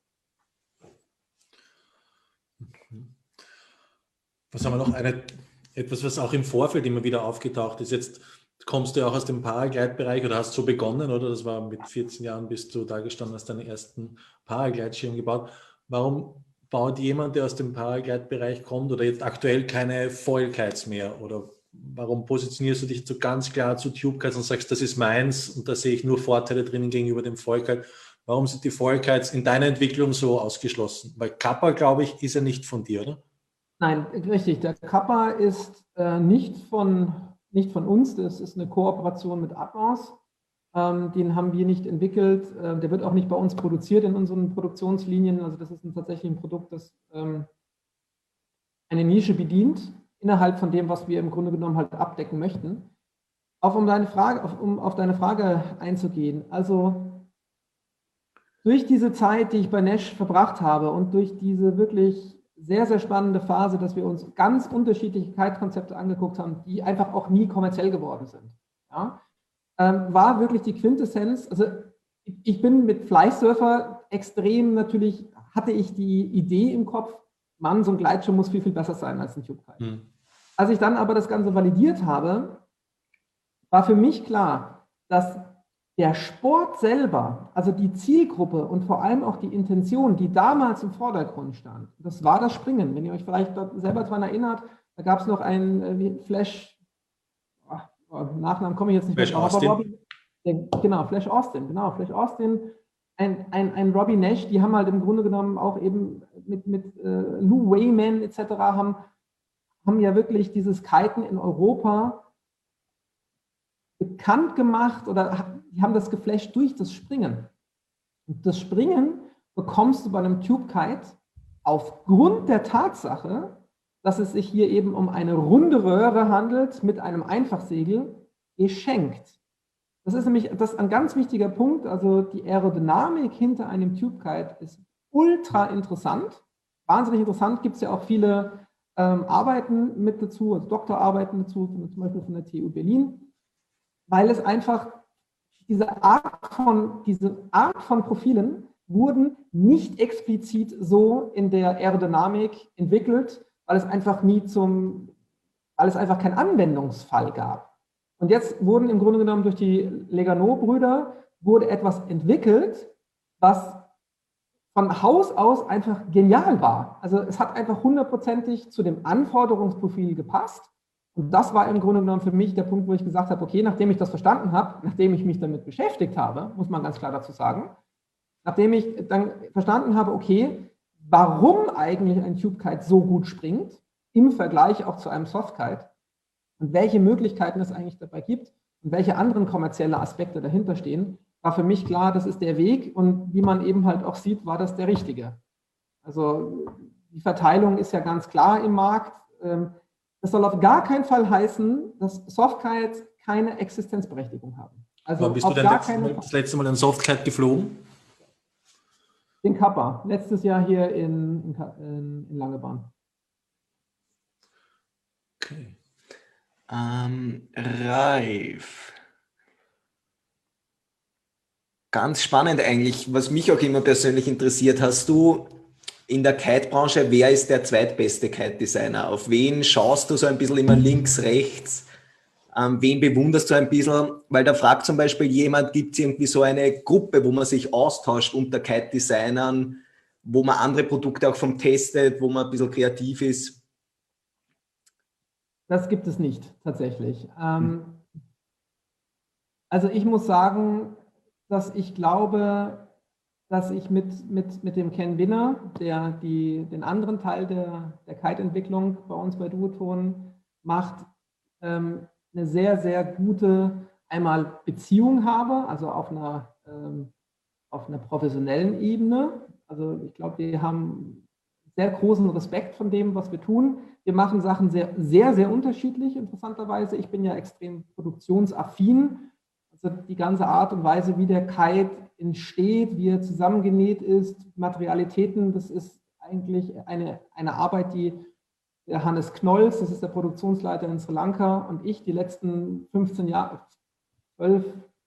Was haben wir noch? Eine, etwas, was auch im Vorfeld immer wieder aufgetaucht ist. Jetzt kommst du ja auch aus dem Paraglide-Bereich oder hast so begonnen, oder? Das war mit vierzehn Jahren, bist du da gestanden, hast deinen ersten Paraglide-Schirm gebaut. Warum baut jemand, der aus dem Paraglide-Bereich kommt oder jetzt aktuell keine Foil-Kites mehr? Oder warum positionierst du dich so ganz klar zu Tube-Kites und sagst, das ist meins und da sehe ich nur Vorteile drinnen gegenüber dem Foil-Kite? Warum sind die Foil-Kites in deiner Entwicklung so ausgeschlossen? Weil Kappa, glaube ich, ist ja nicht von dir, oder? Nein, richtig. Der Kappa ist äh, nicht, von, nicht von uns. Das ist eine Kooperation mit Atmos. Ähm, den haben wir nicht entwickelt. Äh, der wird auch nicht bei uns produziert in unseren Produktionslinien. Also das ist ein, tatsächlich ein Produkt, das ähm, eine Nische bedient, innerhalb von dem, was wir im Grunde genommen halt abdecken möchten. Auch um deine Frage, auf, um auf deine Frage einzugehen. Also durch diese Zeit, die ich bei Nesh verbracht habe und durch diese wirklich sehr, sehr spannende Phase, dass wir uns ganz unterschiedliche Kite-Konzepte angeguckt haben, die einfach auch nie kommerziell geworden sind. Ja? Ähm, war wirklich die Quintessenz, also ich bin mit Flysurfer extrem natürlich, hatte ich die Idee im Kopf, Mann, so ein Gleitschirm muss viel, viel besser sein als ein Tube-Kite. Mhm. Als ich dann aber das Ganze validiert habe, war für mich klar, dass der Sport selber, also die Zielgruppe und vor allem auch die Intention, die damals im Vordergrund stand, das war das Springen. Wenn ihr euch vielleicht selber daran erinnert, da gab es noch einen Flash, oh, Nachnamen komme ich jetzt nicht Flash mehr drauf, aber Robbie, genau, Flash Austin, genau, Flash Austin, ein, ein, ein Robbie Nash, die haben halt im Grunde genommen auch eben mit, mit äh, Lou Wayman et cetera haben, haben ja wirklich dieses Kiten in Europa bekannt gemacht oder die haben das geflasht durch das Springen. Und das Springen bekommst du bei einem Tube Kite aufgrund der Tatsache, dass es sich hier eben um eine runde Röhre handelt mit einem Einfachsegel, geschenkt. Das ist nämlich das ist ein ganz wichtiger Punkt. Also die Aerodynamik hinter einem Tube Kite ist ultra interessant. Wahnsinnig interessant, gibt es ja auch viele ähm, Arbeiten mit dazu, also Doktorarbeiten dazu, zum Beispiel von der T U Berlin, weil es einfach diese Art von, diese Art von Profilen wurden nicht explizit so in der Aerodynamik entwickelt, weil es einfach nie zum, weil es einfach keinen Anwendungsfall gab. Und jetzt wurden im Grunde genommen durch die Leganeau-Brüder wurde etwas entwickelt, was von Haus aus einfach genial war. Also es hat einfach hundertprozentig zu dem Anforderungsprofil gepasst. Und das war im Grunde genommen für mich der Punkt, wo ich gesagt habe, okay, nachdem ich das verstanden habe, nachdem ich mich damit beschäftigt habe, muss man ganz klar dazu sagen, nachdem ich dann verstanden habe, okay, warum eigentlich ein Tube Kite so gut springt, im Vergleich auch zu einem Soft Kite und welche Möglichkeiten es eigentlich dabei gibt und welche anderen kommerzielle Aspekte dahinter stehen, war für mich klar, das ist der Weg und wie man eben halt auch sieht, war das der richtige. Also die Verteilung ist ja ganz klar im Markt. Das soll auf gar keinen Fall heißen, dass Softkites keine Existenzberechtigung haben. Also bist du denn letzte Mal, das letzte Mal ein Softkite geflogen? Den Kappa, letztes Jahr hier in, in, in Langebahn. Okay. Ähm, Ralf. Ganz spannend eigentlich, was mich auch immer persönlich interessiert. Hast du in der Kite-Branche, wer ist der zweitbeste Kite-Designer? Auf wen schaust du so ein bisschen immer links, rechts? Ähm, wen bewunderst du ein bisschen? Weil da fragt zum Beispiel jemand, gibt es irgendwie so eine Gruppe, wo man sich austauscht unter Kite-Designern, wo man andere Produkte auch vom testet, wo man ein bisschen kreativ ist? Das gibt es nicht, tatsächlich. Ähm, also ich muss sagen, dass ich glaube, dass ich mit, mit, mit dem Ken Winner, der die, den anderen Teil der, der Kite-Entwicklung bei uns bei Duoton macht, ähm, eine sehr, sehr gute einmal Beziehung habe, also auf einer, ähm, auf einer professionellen Ebene. Also ich glaube, wir haben sehr großen Respekt von dem, was wir tun. Wir machen Sachen sehr, sehr, sehr unterschiedlich, interessanterweise. Ich bin ja extrem produktionsaffin. Also die ganze Art und Weise, wie der Kite entsteht, wie er zusammengenäht ist, Materialitäten, das ist eigentlich eine, eine Arbeit, die der Hannes Knolls, das ist der Produktionsleiter in Sri Lanka, und ich die letzten fünfzehn Jahre, zwölf,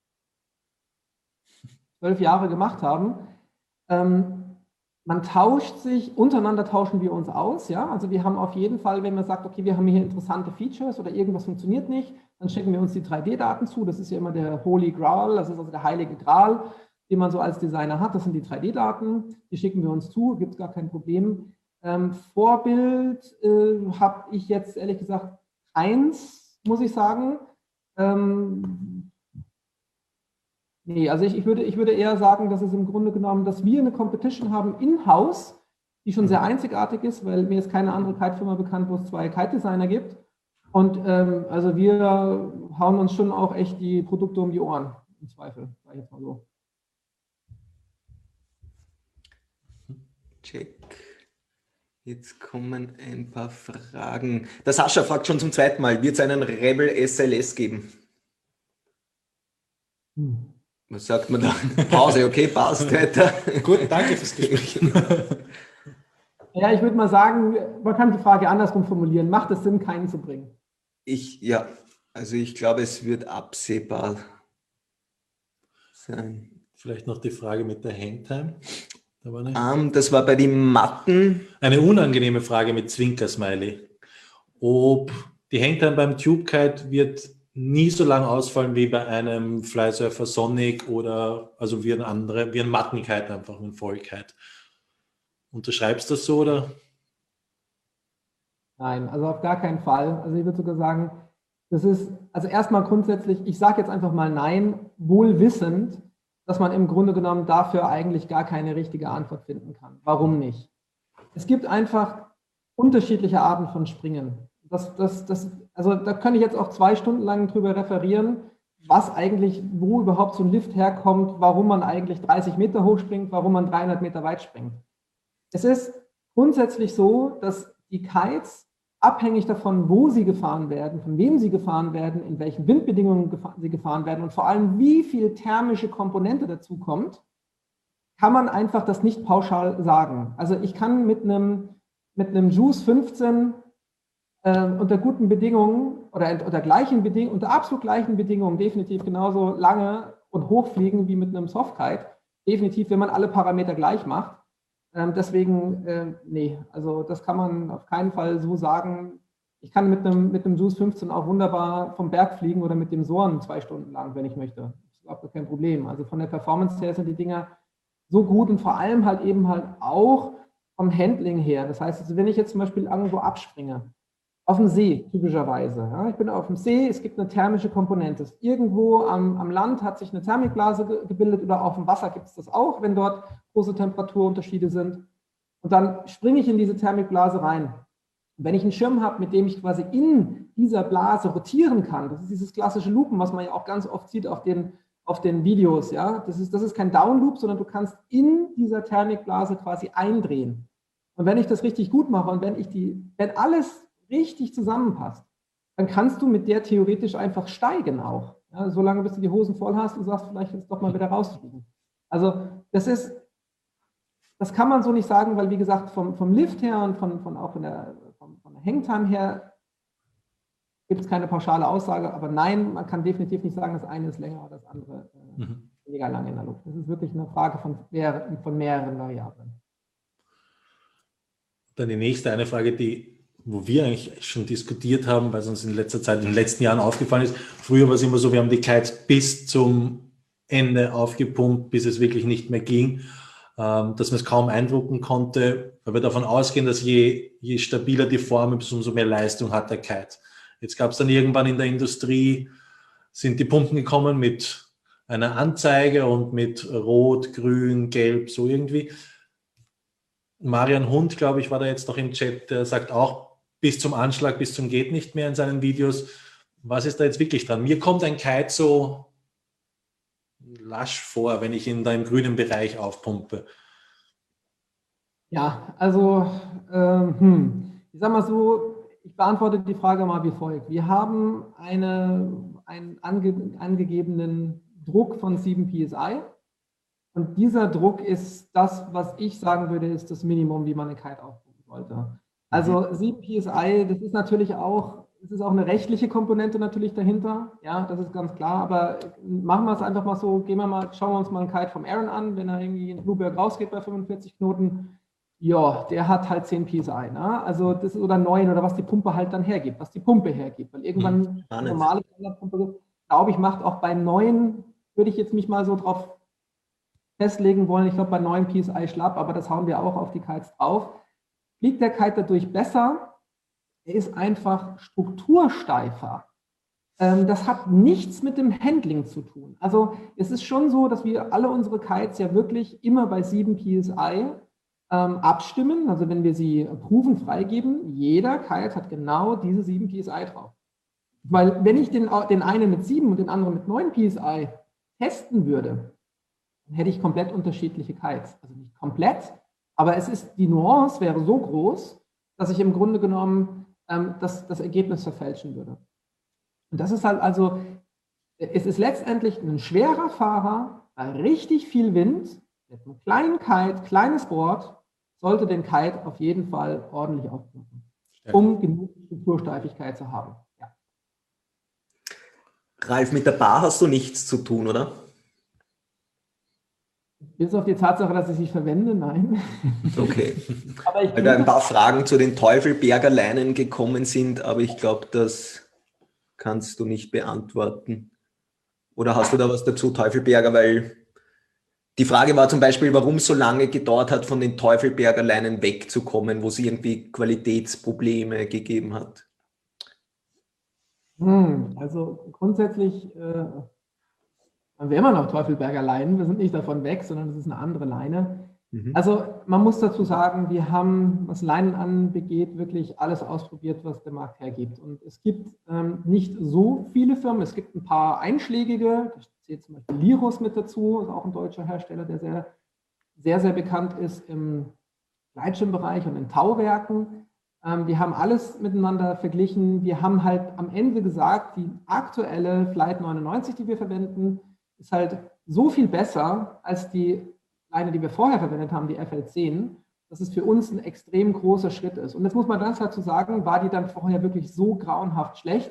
zwölf Jahre gemacht haben. Ähm, man tauscht sich, untereinander tauschen wir uns aus, ja, also wir haben auf jeden Fall, wenn man sagt, okay, wir haben hier interessante Features oder irgendwas funktioniert nicht, dann schicken wir uns die drei D Daten zu, das ist ja immer der Holy Grail, das ist also der heilige Gral, den man so als Designer hat, das sind die drei D Daten, die schicken wir uns zu, gibt es gar kein Problem. Ähm, Vorbild äh, habe ich jetzt ehrlich gesagt eins, muss ich sagen. Ähm, nee, also ich, ich, würde, ich würde eher sagen, dass es im Grunde genommen, dass wir eine Competition haben in-house, die schon sehr einzigartig ist, weil mir ist keine andere Kite-Firma bekannt, wo es zwei Kite-Designer gibt. Und ähm, also wir hauen uns schon auch echt die Produkte um die Ohren, im Zweifel, sage ich jetzt mal so. Check. Jetzt kommen ein paar Fragen. Der Sascha fragt schon zum zweiten Mal, wird es einen Rebel S L S geben? Hm. Was sagt man da? Pause, okay, passt weiter. Gut, danke fürs Gespräch. Ja, ich würde mal sagen, man kann die Frage andersrum formulieren. Macht es Sinn, keinen zu bringen? Ich, ja, also ich glaube, es wird absehbar sein. Vielleicht noch die Frage mit der Hangtime. Da war eine um, das war bei den Matten. Eine unangenehme Frage mit Zwinker-Smiley. Ob die Hangtime beim Tube Kite wird nie so lang ausfallen wie bei einem Flysurfer Sonic oder also wie ein andere, wie ein Mattenkite einfach, ein Vollkite. Unterschreibst du das so oder? Nein, also auf gar keinen Fall. Also ich würde sogar sagen, das ist, also erstmal grundsätzlich, ich sage jetzt einfach mal nein, wohl wissend, dass man im Grunde genommen dafür eigentlich gar keine richtige Antwort finden kann. Warum nicht? Es gibt einfach unterschiedliche Arten von Springen. Das, das, das, also da kann ich jetzt auch zwei Stunden lang drüber referieren, was eigentlich, wo überhaupt so ein Lift herkommt, warum man eigentlich dreißig Meter hoch springt, warum man dreihundert Meter weit springt. Es ist grundsätzlich so, dass die Kites, abhängig davon, wo sie gefahren werden, von wem sie gefahren werden, in welchen Windbedingungen gefahren, sie gefahren werden und vor allem, wie viel thermische Komponente dazu kommt, kann man einfach das nicht pauschal sagen. Also ich kann mit einem, mit einem Juice fünfzehn äh, unter guten Bedingungen oder unter, gleichen Beding unter absolut gleichen Bedingungen definitiv genauso lange und hoch fliegen wie mit einem Softkite. Definitiv, wenn man alle Parameter gleich macht. Ähm, deswegen, äh, nee, also das kann man auf keinen Fall so sagen. Ich kann mit einem, mit einem Juice fünfzehn auch wunderbar vom Berg fliegen oder mit dem Soren zwei Stunden lang, wenn ich möchte. Das ist überhaupt kein Problem. Also von der Performance her sind die Dinger so gut und vor allem halt eben halt auch vom Handling her. Das heißt, also wenn ich jetzt zum Beispiel irgendwo abspringe, auf dem See typischerweise, ja, ich bin auf dem See, es gibt eine thermische Komponente. Irgendwo am, am Land hat sich eine Thermikblase ge gebildet oder auf dem Wasser gibt es das auch, wenn dort große Temperaturunterschiede sind. Und dann springe ich in diese Thermikblase rein. Und wenn ich einen Schirm habe, mit dem ich quasi in dieser Blase rotieren kann, das ist dieses klassische Loopen, was man ja auch ganz oft sieht auf den, auf den Videos, ja, das ist, das ist kein Downloop, sondern du kannst in dieser Thermikblase quasi eindrehen. Und wenn ich das richtig gut mache und wenn ich die, wenn alles richtig zusammenpasst, dann kannst du mit der theoretisch einfach steigen auch. Ja, solange bis du die Hosen voll hast und sagst, vielleicht jetzt doch mal wieder rausfliegen. Also das ist, das kann man so nicht sagen, weil wie gesagt, vom, vom Lift her und von, von auch von der, von, von der Hangtime her gibt es keine pauschale Aussage, aber nein, man kann definitiv nicht sagen, das eine ist länger oder das andere äh, mhm. weniger lang in der Luft. Das ist wirklich eine Frage von, mehr, von mehreren Variablen. Dann die nächste, eine Frage, die wo wir eigentlich schon diskutiert haben, weil es uns in letzter Zeit, in den letzten Jahren aufgefallen ist. Früher war es immer so, wir haben die Kites bis zum Ende aufgepumpt, bis es wirklich nicht mehr ging, ähm, dass man es kaum eindrucken konnte, weil wir davon ausgehen, dass je, je stabiler die Form ist, umso mehr Leistung hat der Kite. Jetzt gab es dann irgendwann in der Industrie, sind die Pumpen gekommen mit einer Anzeige und mit Rot, Grün, Gelb, so irgendwie. Marian Hund, glaube ich, war da jetzt noch im Chat, der sagt auch, bis zum Anschlag, bis zum geht nicht mehr in seinen Videos. Was ist da jetzt wirklich dran? Mir kommt ein Kite so lasch vor, wenn ich ihn da im grünen Bereich aufpumpe. Ja, also ähm, hm. ich sage mal so, ich beantworte die Frage mal wie folgt. Wir haben eine, einen ange, angegebenen Druck von sieben P S I und dieser Druck ist das, was ich sagen würde, ist das Minimum, wie man eine Kite aufpumpen sollte. Also sieben P S I, das ist natürlich auch, es ist auch eine rechtliche Komponente natürlich dahinter, ja, das ist ganz klar, aber machen wir es einfach mal so, gehen wir mal, schauen wir uns mal einen Kite vom Aaron an, wenn er irgendwie in Blueberg rausgeht bei fünfundvierzig Knoten, ja, der hat halt zehn P S I, ne? Also das ist oder neun oder was die Pumpe halt dann hergibt, was die Pumpe hergibt, weil irgendwann eine normale Pumpe, glaube ich, macht auch bei neun, würde ich jetzt mich mal so drauf festlegen wollen, ich glaube bei neun P S I schlapp, aber das hauen wir auch auf die Kites drauf. Fliegt der Kite dadurch besser? Er ist einfach struktursteifer. Ähm, das hat nichts mit dem Handling zu tun. Also es ist schon so, dass wir alle unsere Kites ja wirklich immer bei sieben P S I ähm, abstimmen. Also wenn wir sie proven freigeben, jeder Kite hat genau diese sieben P S I drauf. Weil wenn ich den, den einen mit sieben und den anderen mit neun P S I testen würde, dann hätte ich komplett unterschiedliche Kites. Also nicht komplett, aber es ist, die Nuance wäre so groß, dass ich im Grunde genommen ähm, das, das Ergebnis verfälschen würde. Und das ist halt also, es ist letztendlich ein schwerer Fahrer bei richtig viel Wind, mit einem kleinen Kite, kleines Board, sollte den Kite auf jeden Fall ordentlich aufpumpen, um genug Struktursteifigkeit zu haben. Ja. Ralf, mit der Bar hast du nichts zu tun, oder? Bis auf die Tatsache, dass ich sie verwende, nein. Okay. Aber Weil da ein paar Fragen zu den Teufelberger Leinen gekommen sind, aber ich glaube, dass kannst du nicht beantworten. Oder hast du da was dazu, Teufelberger? Weil die Frage war zum Beispiel, warum es so lange gedauert hat, von den Teufelberger Leinen wegzukommen, wo es irgendwie Qualitätsprobleme gegeben hat. Hm, also grundsätzlich äh, haben wir immer noch Teufelberger Leinen. Wir sind nicht davon weg, sondern es ist eine andere Leine. Mhm. Also man muss dazu sagen, wir haben, was Leinen anbegeht, wirklich alles ausprobiert, was der Markt hergibt. Und es gibt ähm, nicht so viele Firmen. Es gibt ein paar einschlägige. Da zählt zum Beispiel Lirus mit dazu, ist auch ein deutscher Hersteller, der sehr, sehr, sehr bekannt ist im Gleitschirmbereich und in Tauwerken. Ähm, wir haben alles miteinander verglichen. Wir haben halt am Ende gesagt, die aktuelle Flight neunundneunzig, die wir verwenden, ist halt so viel besser als die Leine, die wir vorher verwendet haben, die F L zehn, dass es für uns ein extrem großer Schritt ist. Und jetzt muss man ganz dazu sagen, war die dann vorher wirklich so grauenhaft schlecht?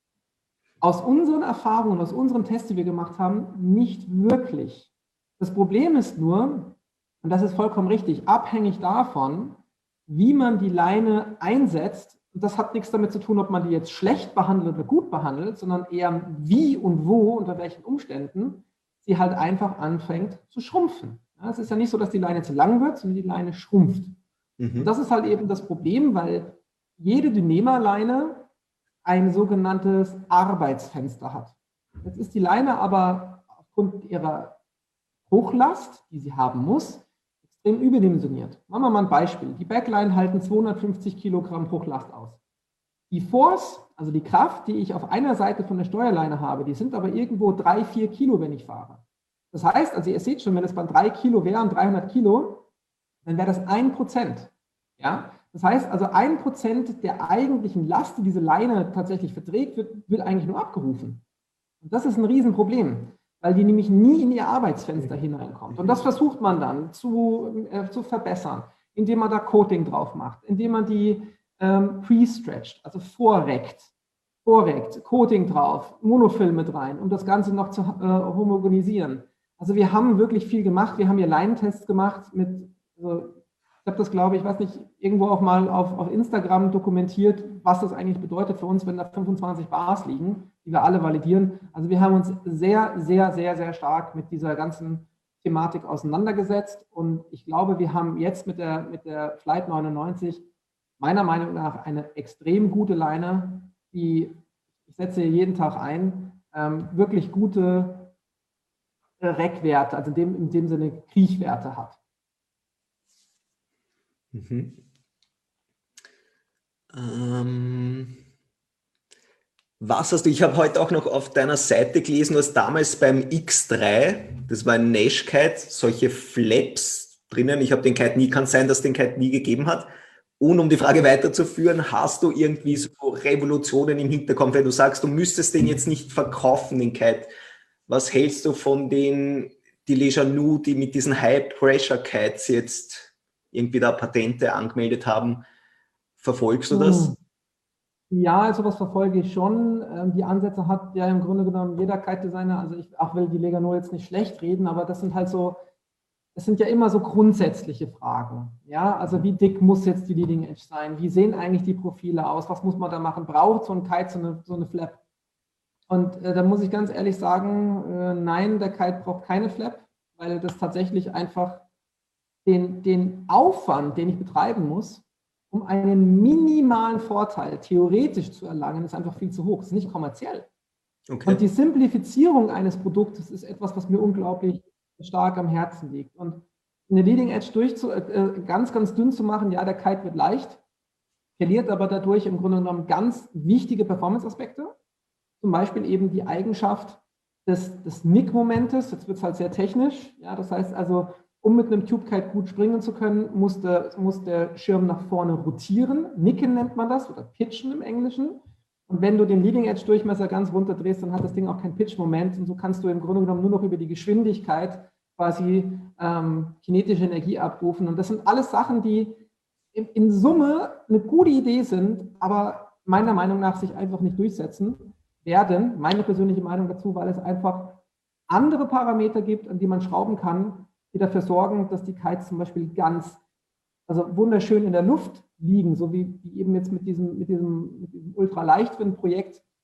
Aus unseren Erfahrungen, aus unseren Tests, die wir gemacht haben, nicht wirklich. Das Problem ist nur, und das ist vollkommen richtig, abhängig davon, wie man die Leine einsetzt. Und das hat nichts damit zu tun, ob man die jetzt schlecht behandelt oder gut behandelt, sondern eher wie und wo, unter welchen Umständen sie halt einfach anfängt zu schrumpfen. Ja, es ist ja nicht so, dass die Leine zu lang wird, sondern die Leine schrumpft. Mhm. Und das ist halt eben das Problem, weil jede Dyneema-Leine ein sogenanntes Arbeitsfenster hat. Jetzt ist die Leine aber aufgrund ihrer Hochlast, die sie haben muss, extrem überdimensioniert. Machen wir mal ein Beispiel. Die Backline halten zweihundertfünfzig Kilogramm Hochlast aus. Die Force, also die Kraft, die ich auf einer Seite von der Steuerleine habe, die sind aber irgendwo drei, vier Kilo, wenn ich fahre. Das heißt, also ihr seht schon, wenn es bei drei Kilo wären, dreihundert Kilo, dann wäre das ein Prozent. Ja? Das heißt, also ein Prozent der eigentlichen Last, die diese Leine tatsächlich verträgt, wird, wird eigentlich nur abgerufen. Und das ist ein Riesenproblem, weil die nämlich nie in ihr Arbeitsfenster hineinkommt. Und das versucht man dann zu, äh, zu verbessern, indem man da Coating drauf macht, indem man die ähm, pre-stretcht, also vorreckt, vorreckt, Coating drauf, Monofilm mit rein, um das Ganze noch zu äh, homogenisieren. Also wir haben wirklich viel gemacht. Wir haben hier Leinentests gemacht mit, also ich habe das, glaube ich, weiß nicht, irgendwo auch mal auf, auf Instagram dokumentiert, was das eigentlich bedeutet für uns, wenn da fünfundzwanzig Bars liegen, die wir alle validieren. Also wir haben uns sehr, sehr, sehr, sehr stark mit dieser ganzen Thematik auseinandergesetzt. Und ich glaube, wir haben jetzt mit der, mit der Flight neunundneunzig meiner Meinung nach eine extrem gute Leine, die, ich setze hier jeden Tag ein, ähm, wirklich gute Reckwerte, also in dem, in dem Sinne Kriechwerte hat. Mhm. Ähm, was hast du, ich habe heute auch noch auf deiner Seite gelesen, du hast damals beim X drei, das war ein Nash-Kite, solche Flaps drinnen. Ich habe den Kite nie, kann sein, dass es den Kite nie gegeben hat. Und um die Frage weiterzuführen, hast du irgendwie so Revolutionen im Hinterkopf, wenn du sagst, du müsstest den jetzt nicht verkaufen, den Kite. Was hältst du von den, die Lejanu, die mit diesen High-Pressure-Kites jetzt irgendwie da Patente angemeldet haben? Verfolgst du das? Ja, also was verfolge ich schon. Die Ansätze hat ja im Grunde genommen jeder Kite-Designer, also ich auch will die Lejanu jetzt nicht schlecht reden, aber das sind halt so, das sind ja immer so grundsätzliche Fragen. Ja, also wie dick muss jetzt die Leading Edge sein? Wie sehen eigentlich die Profile aus? Was muss man da machen? Braucht so ein Kite so eine, so eine Flap? Und äh, da muss ich ganz ehrlich sagen, äh, nein, der Kite braucht keine Flap, weil das tatsächlich einfach den, den Aufwand, den ich betreiben muss, um einen minimalen Vorteil theoretisch zu erlangen, ist einfach viel zu hoch. Das ist nicht kommerziell. Okay. Und die Simplifizierung eines Produktes ist etwas, was mir unglaublich stark am Herzen liegt. Und eine Leading Edge durchzu, äh, ganz, ganz dünn zu machen, ja, der Kite wird leicht, verliert aber dadurch im Grunde genommen ganz wichtige Performance-Aspekte. Zum Beispiel eben die Eigenschaft des, des Nick-Momentes, jetzt wird es halt sehr technisch, ja, das heißt also, um mit einem Tube-Kite gut springen zu können, muss der, muss der Schirm nach vorne rotieren, Nicken nennt man das, oder Pitchen im Englischen, und wenn du den Leading-Edge-Durchmesser ganz runterdrehst, dann hat das Ding auch kein Pitch-Moment, und so kannst du im Grunde genommen nur noch über die Geschwindigkeit quasi ähm, kinetische Energie abrufen, und das sind alles Sachen, die in, in Summe eine gute Idee sind, aber meiner Meinung nach sich einfach nicht durchsetzen werden, meine persönliche Meinung dazu, weil es einfach andere Parameter gibt, an die man schrauben kann, die dafür sorgen, dass die Kites zum Beispiel ganz, also wunderschön in der Luft liegen, so wie, wie eben jetzt mit diesem, mit diesem, mit diesem Ultraleichtwind-Projekt,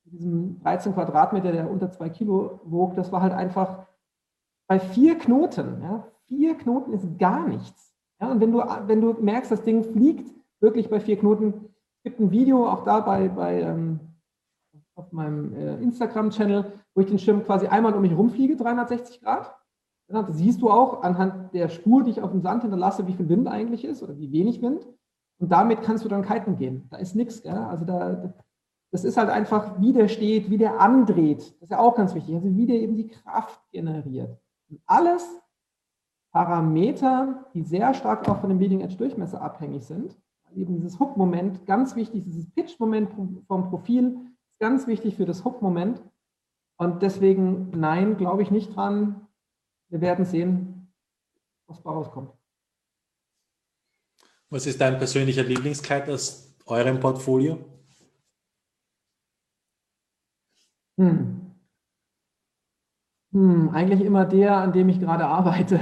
diesem dreizehn Quadratmeter, der unter zwei Kilo wog, das war halt einfach bei vier Knoten. Ja, vier Knoten ist gar nichts. Ja, und wenn du, wenn du merkst, das Ding fliegt wirklich bei vier Knoten, es gibt ein Video auch da bei, bei ähm, auf meinem äh, Instagram-Channel, wo ich den Schirm quasi einmal um mich rumfliege, dreihundertsechzig Grad. Ja, das siehst du auch anhand der Spur, die ich auf dem Sand hinterlasse, wie viel Wind eigentlich ist oder wie wenig Wind. Und damit kannst du dann kiten gehen. Da ist nichts. Also da, das ist halt einfach, wie der steht, wie der andreht. Das ist ja auch ganz wichtig. Also wie der eben die Kraft generiert. Und alles Parameter, die sehr stark auch von dem Leading-Edge-Durchmesser abhängig sind. Eben dieses Hook-Moment, ganz wichtig, dieses Pitch-Moment vom Profil, ist ganz wichtig für das Hook-Moment. Und deswegen, nein, glaube ich nicht dran. Wir werden sehen, was da rauskommt. Was ist dein persönlicher Lieblingskite aus eurem Portfolio? Hm. Hm, eigentlich immer der, an dem ich gerade arbeite,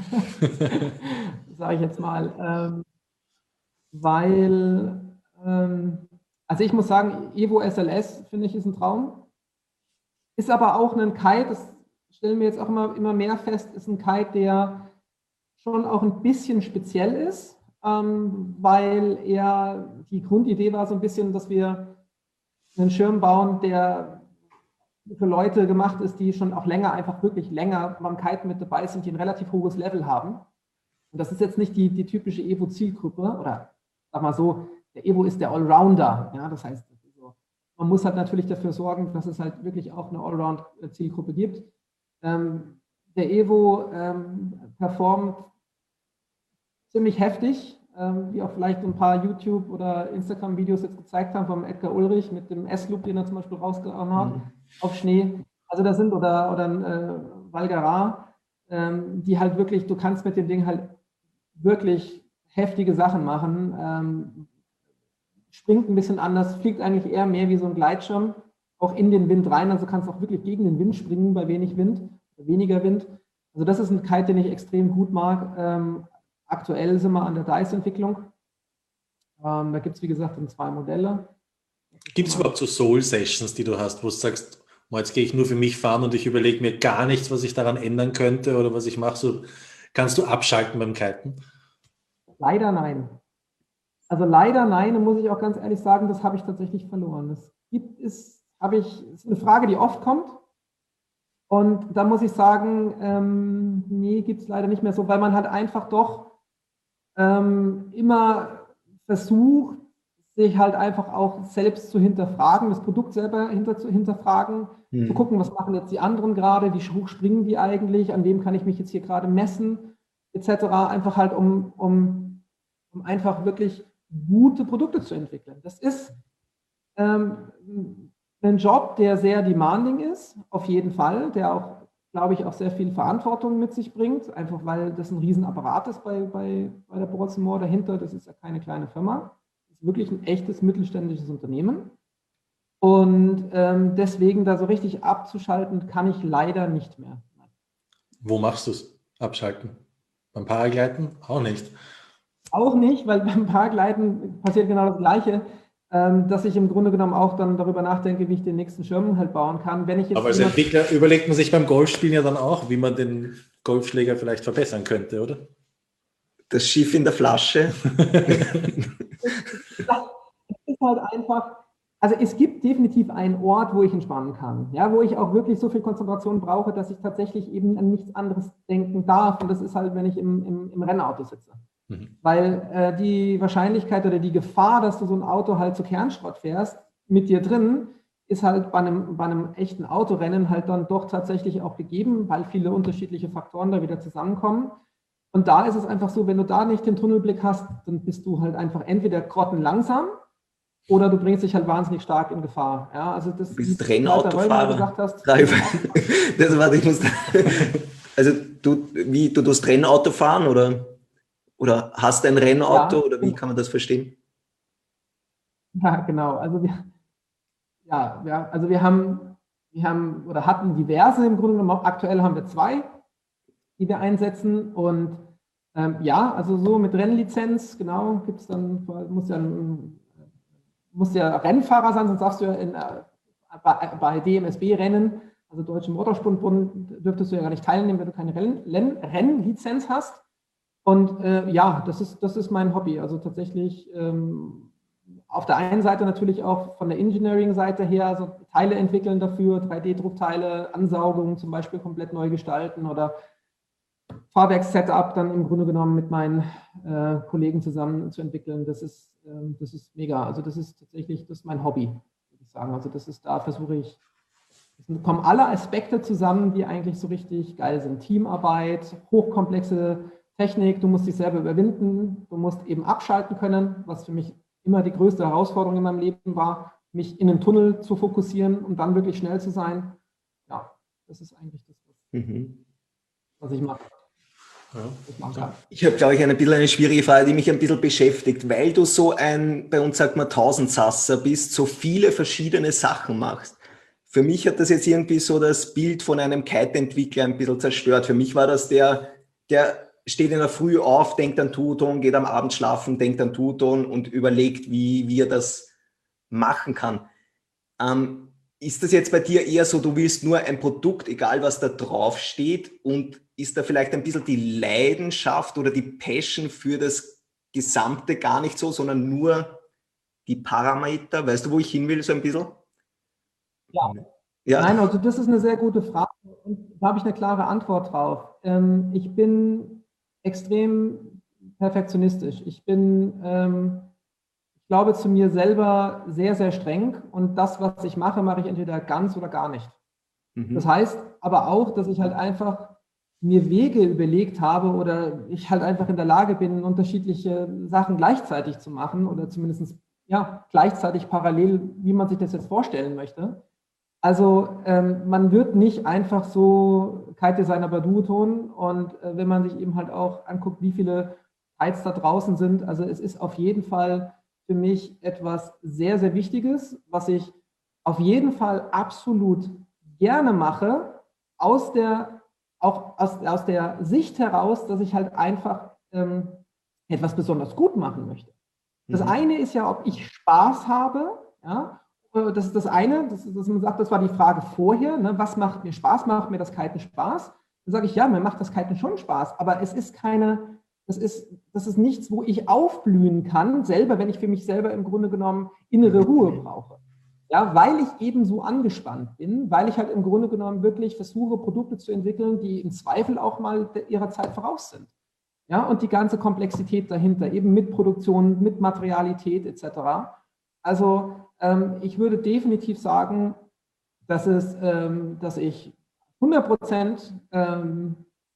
sage ich jetzt mal. Ähm, weil, ähm, also ich muss sagen, Evo S L S finde ich ist ein Traum. Ist aber auch ein Kite, das stellen wir jetzt auch immer, immer mehr fest, ist ein Kite, der schon auch ein bisschen speziell ist, ähm, weil er, die Grundidee war so ein bisschen, dass wir einen Schirm bauen, der für Leute gemacht ist, die schon auch länger, einfach wirklich länger beim Kiten mit dabei sind, die ein relativ hohes Level haben. Und das ist jetzt nicht die, die typische Evo-Zielgruppe, oder sag mal so, der Evo ist der Allrounder. Ja, das heißt, man muss halt natürlich dafür sorgen, dass es halt wirklich auch eine Allround-Zielgruppe gibt. Ähm, der Evo ähm, performt ziemlich heftig, ähm, wie auch vielleicht ein paar YouTube- oder Instagram-Videos jetzt gezeigt haben vom Edgar Ulrich mit dem S-Loop, den er zum Beispiel rausgehauen hat, mhm. auf Schnee. Also das sind, oder, oder ein äh, Valgara, ähm, die halt wirklich, du kannst mit dem Ding halt wirklich heftige Sachen machen, ähm, springt ein bisschen anders, fliegt eigentlich eher mehr wie so ein Gleitschirm, auch in den Wind rein, also kannst auch wirklich gegen den Wind springen bei wenig Wind, weniger Wind. Also das ist ein Kite, den ich extrem gut mag. Ähm, aktuell sind wir an der Dice-Entwicklung. Ähm, da gibt es, wie gesagt, zwei Modelle. Gibt es überhaupt so Soul-Sessions, die du hast, wo du sagst, jetzt gehe ich nur für mich fahren und ich überlege mir gar nichts, was ich daran ändern könnte oder was ich mache? So, kannst du abschalten beim Kiten? Leider nein. Also leider nein, und muss ich auch ganz ehrlich sagen, das habe ich tatsächlich verloren. Das gibt es, habe ich, ist eine Frage, die oft kommt. Und da muss ich sagen, ähm, nee, gibt es leider nicht mehr so, weil man halt einfach doch ähm, immer versucht, sich halt einfach auch selbst zu hinterfragen, das Produkt selber hinter, zu hinterfragen, hm. zu gucken, was machen jetzt die anderen gerade, wie hoch springen die eigentlich, an wem kann ich mich jetzt hier gerade messen, et cetera. Einfach halt, um, um, um einfach wirklich gute Produkte zu entwickeln. Das ist ähm, ein Job, der sehr demanding ist, auf jeden Fall, der auch, glaube ich, auch sehr viel Verantwortung mit sich bringt, einfach weil das ein Riesenapparat ist bei, bei, bei der Boats and More dahinter. Das ist ja keine kleine Firma. Das ist wirklich ein echtes mittelständisches Unternehmen. Und ähm, deswegen da so richtig abzuschalten, kann ich leider nicht mehr. Wo machst du es? Abschalten? Beim Paragleiten? Auch nicht. Auch nicht, weil beim Paragleiten passiert genau das Gleiche, ähm, dass ich im Grunde genommen auch dann darüber nachdenke, wie ich den nächsten Schirm halt bauen kann. Wenn ich jetzt Aber als Entwickler überlegt man sich beim Golfspielen ja dann auch, wie man den Golfschläger vielleicht verbessern könnte, oder? Das Schiff in der Flasche. Das ist halt einfach, also es gibt definitiv einen Ort, wo ich entspannen kann, ja, wo ich auch wirklich so viel Konzentration brauche, dass ich tatsächlich eben an nichts anderes denken darf. Und das ist halt, wenn ich im, im, im Rennauto sitze. Mhm. Weil äh, die Wahrscheinlichkeit oder die Gefahr, dass du so ein Auto halt zu Kernschrott fährst, mit dir drin, ist halt bei einem, bei einem echten Autorennen halt dann doch tatsächlich auch gegeben, weil viele unterschiedliche Faktoren da wieder zusammenkommen. Und da ist es einfach so, wenn du da nicht den Tunnelblick hast, dann bist du halt einfach entweder grottenlangsam oder du bringst dich halt wahnsinnig stark in Gefahr. Ja, also das, du bist Rennautofahrer. Gesagt hast, das war, ich muss, also du, wie, du tust Rennauto fahren oder, oder hast ein Rennauto ja, oder wie kann man das verstehen? Ja, genau. Also wir, ja, ja, also wir haben, wir haben oder hatten diverse im Grunde genommen. Aktuell haben wir zwei, die wir einsetzen. Und ähm, ja, also so mit Rennlizenz, genau, gibt es dann, muss ja, muss ja Rennfahrer sein, sonst darfst du ja in, bei, bei D M S B-Rennen, also Deutschen Motorsportbund, dürftest du ja gar nicht teilnehmen, wenn du keine Renn, Rennlizenz hast. Und äh, ja, das ist, das ist mein Hobby. Also tatsächlich ähm, auf der einen Seite natürlich auch von der Engineering-Seite her, also Teile entwickeln dafür, drei D-Druckteile, Ansaugungen zum Beispiel komplett neu gestalten oder Fahrwerks-Setup dann im Grunde genommen mit meinen äh, Kollegen zusammen zu entwickeln. Das ist, ähm, das ist mega. Also das ist tatsächlich, das ist mein Hobby, würde ich sagen. Also das ist, da versuche ich, es kommen alle Aspekte zusammen, die eigentlich so richtig geil sind. Teamarbeit, hochkomplexe Technik, du musst dich selber überwinden, du musst eben abschalten können, was für mich immer die größte Herausforderung in meinem Leben war, mich in einen Tunnel zu fokussieren, um dann wirklich schnell zu sein. Ja, das ist eigentlich das, mhm. was ich mache. Ja. Ich habe, glaube ich, ein bisschen eine schwierige Frage, die mich ein bisschen beschäftigt, weil du so ein, bei uns sagt man Tausendsasser bist, so viele verschiedene Sachen machst. Für mich hat das jetzt irgendwie so das Bild von einem Kite-Entwickler ein bisschen zerstört. Für mich war das der, der steht in der Früh auf, denkt an Two-Tone, geht am Abend schlafen, denkt an Two-Tone und überlegt, wie, wie er das machen kann. Ähm, ist das jetzt bei dir eher so, du willst nur ein Produkt, egal was da drauf steht, und ist da vielleicht ein bisschen die Leidenschaft oder die Passion für das Gesamte gar nicht so, sondern nur die Parameter? Weißt du, wo ich hin will, so ein bisschen? Ja. ja. Nein, also das ist eine sehr gute Frage und da habe ich eine klare Antwort drauf. Ähm, ich bin extrem perfektionistisch. Ich bin, ähm, ich glaube, zu mir selber sehr, sehr streng und das, was ich mache, mache ich entweder ganz oder gar nicht. Mhm. Das heißt aber auch, dass ich halt einfach mir Wege überlegt habe oder ich halt einfach in der Lage bin, unterschiedliche Sachen gleichzeitig zu machen oder zumindest ja, gleichzeitig parallel, wie man sich das jetzt vorstellen möchte. Also ähm, man wird nicht einfach so Kite-Designer bei Duoton und äh, wenn man sich eben halt auch anguckt, wie viele Kites da draußen sind, also es ist auf jeden Fall für mich etwas sehr, sehr Wichtiges, was ich auf jeden Fall absolut gerne mache, aus der, auch aus, aus der Sicht heraus, dass ich halt einfach ähm, etwas besonders gut machen möchte. Das mhm. eine ist ja, ob ich Spaß habe, ja, das ist das eine, das, das, man sagt, das war die Frage vorher, ne? Was macht mir Spaß, macht mir das Kiten Spaß? Dann sage ich, ja, mir macht das Kiten schon Spaß, aber es ist keine, das ist, das ist nichts, wo ich aufblühen kann, selber, wenn ich für mich selber im Grunde genommen innere Ruhe brauche. Ja, weil ich eben so angespannt bin, weil ich halt im Grunde genommen wirklich versuche, Produkte zu entwickeln, die im Zweifel auch mal ihrer Zeit voraus sind. Ja, und die ganze Komplexität dahinter, eben mit Produktion, mit Materialität et cetera. Also ähm, ich würde definitiv sagen, dass, es, ähm, dass ich hundert Prozent ähm,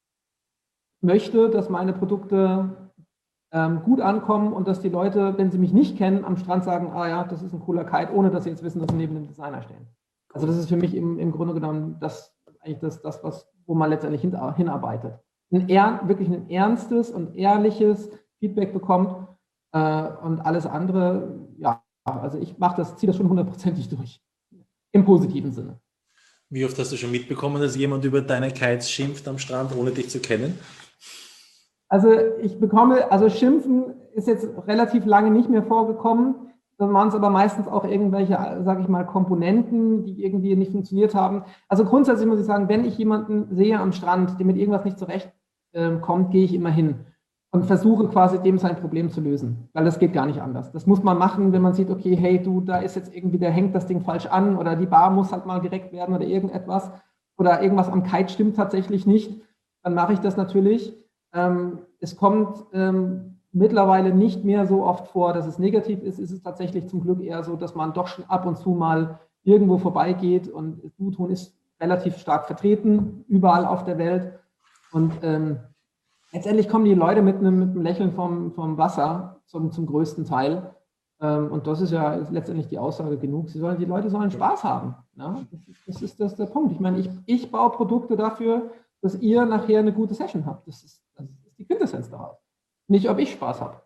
möchte, dass meine Produkte ähm, gut ankommen und dass die Leute, wenn sie mich nicht kennen, am Strand sagen, ah ja, das ist ein cooler Kite, ohne dass sie jetzt wissen, dass sie neben dem Designer stehen. Also das ist für mich im, im Grunde genommen das, eigentlich das, das was, wo man letztendlich hin, hinarbeitet. Ein ehr, wirklich ein ernstes und ehrliches Feedback bekommt äh, und alles andere, ja, also ich mache das, ziehe das schon hundertprozentig durch. Im positiven Sinne. Wie oft hast du schon mitbekommen, dass jemand über deine Kites schimpft am Strand, ohne dich zu kennen? Also ich bekomme, also Schimpfen ist jetzt relativ lange nicht mehr vorgekommen. Dann waren es aber meistens auch irgendwelche, sage ich mal, Komponenten, die irgendwie nicht funktioniert haben. Also grundsätzlich muss ich sagen, wenn ich jemanden sehe am Strand, der mit irgendwas nicht zurechtkommt, äh, gehe ich immer hin und versuche quasi dem sein Problem zu lösen, weil das geht gar nicht anders. Das muss man machen, wenn man sieht, okay, hey, du, da ist jetzt irgendwie, da hängt das Ding falsch an oder die Bar muss halt mal direkt werden oder irgendetwas oder irgendwas am Kite stimmt tatsächlich nicht, dann mache ich das natürlich. Ähm, es kommt ähm, mittlerweile nicht mehr so oft vor, dass es negativ ist. Es ist tatsächlich zum Glück eher so, dass man doch schon ab und zu mal irgendwo vorbeigeht und Duoton ist relativ stark vertreten, überall auf der Welt und ähm, letztendlich kommen die Leute mit einem, mit einem Lächeln vom, vom Wasser zum, zum größten Teil. Ähm, und das ist ja letztendlich die Aussage genug. Sie sollen, die Leute sollen Spaß haben. Ne? Das, ist, das, ist, das ist der Punkt. Ich meine, ich, ich baue Produkte dafür, dass ihr nachher eine gute Session habt. Das ist, das ist die Quintessenz daraus. Nicht, ob ich Spaß habe.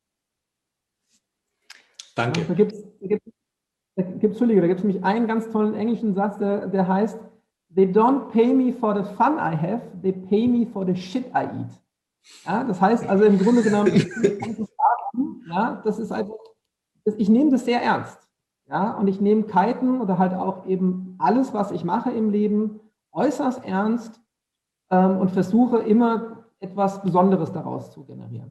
Danke. Ja, da gibt es da gibt's, da gibt's, da gibt's nämlich einen ganz tollen englischen Satz, der, der heißt, they don't pay me for the fun I have, they pay me for the shit I eat. Ja, das heißt also im Grunde genommen, ja, das ist einfach, ich nehme das sehr ernst. Ja, und ich nehme Kiten oder halt auch eben alles, was ich mache im Leben, äußerst ernst ähm, und versuche immer etwas Besonderes daraus zu generieren.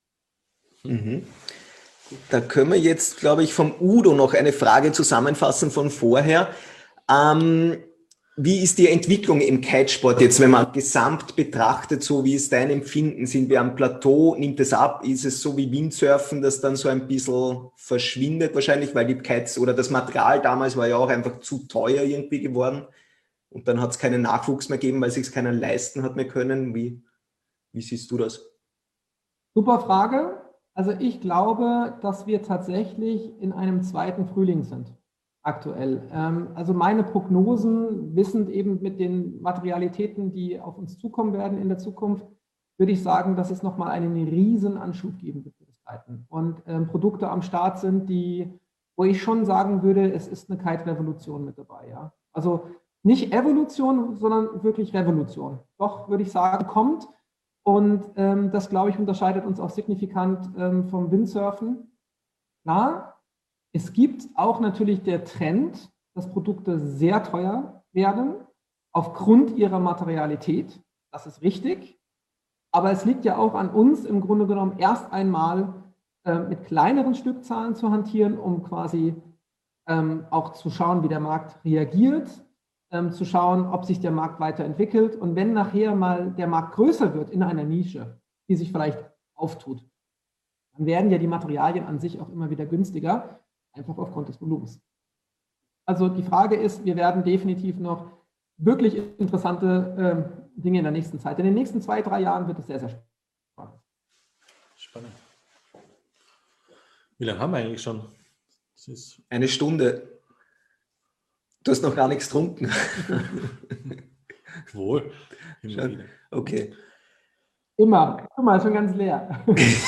Mhm. Da können wir jetzt, glaube ich, vom Udo noch eine Frage zusammenfassen von vorher. Ähm, wie ist die Entwicklung im Kitesport jetzt, wenn man gesamt betrachtet, so wie ist dein Empfinden? Sind wir am Plateau? Nimmt es ab? Ist es so wie Windsurfen, das dann so ein bisschen verschwindet wahrscheinlich, weil die Kites oder das Material damals war ja auch einfach zu teuer irgendwie geworden und dann hat es keinen Nachwuchs mehr gegeben, weil es sich keiner leisten hat mehr können. Wie, wie siehst du das? Super Frage. Also ich glaube, dass wir tatsächlich in einem zweiten Frühling sind, aktuell. Ähm, also meine Prognosen, wissend eben mit den Materialitäten, die auf uns zukommen werden in der Zukunft, würde ich sagen, dass es nochmal einen riesen Anschub geben wird für das Kiten. Und ähm, Produkte am Start sind, die, wo ich schon sagen würde, es ist eine Kite-Revolution mit dabei. Ja? Also nicht Evolution, sondern wirklich Revolution. Doch, würde ich sagen, kommt. Und ähm, das, glaube ich, unterscheidet uns auch signifikant ähm, vom Windsurfen. Klar, es gibt auch natürlich der Trend, dass Produkte sehr teuer werden, aufgrund ihrer Materialität. Das ist richtig. Aber es liegt ja auch an uns, im Grunde genommen erst einmal äh, mit kleineren Stückzahlen zu hantieren, um quasi ähm, auch zu schauen, wie der Markt reagiert, ähm, zu schauen, ob sich der Markt weiterentwickelt. Und wenn nachher mal der Markt größer wird in einer Nische, die sich vielleicht auftut, dann werden ja die Materialien an sich auch immer wieder günstiger, einfach aufgrund des Volumens. Also die Frage ist, wir werden definitiv noch wirklich interessante äh, Dinge in der nächsten Zeit. In den nächsten zwei, drei Jahren wird es sehr, sehr spannend. Spannend. Wie lange haben wir eigentlich schon? Das ist Eine Stunde. Du hast noch gar nichts getrunken. Wohl. Immer wieder. Okay. Immer. Guck mal, schon ganz leer.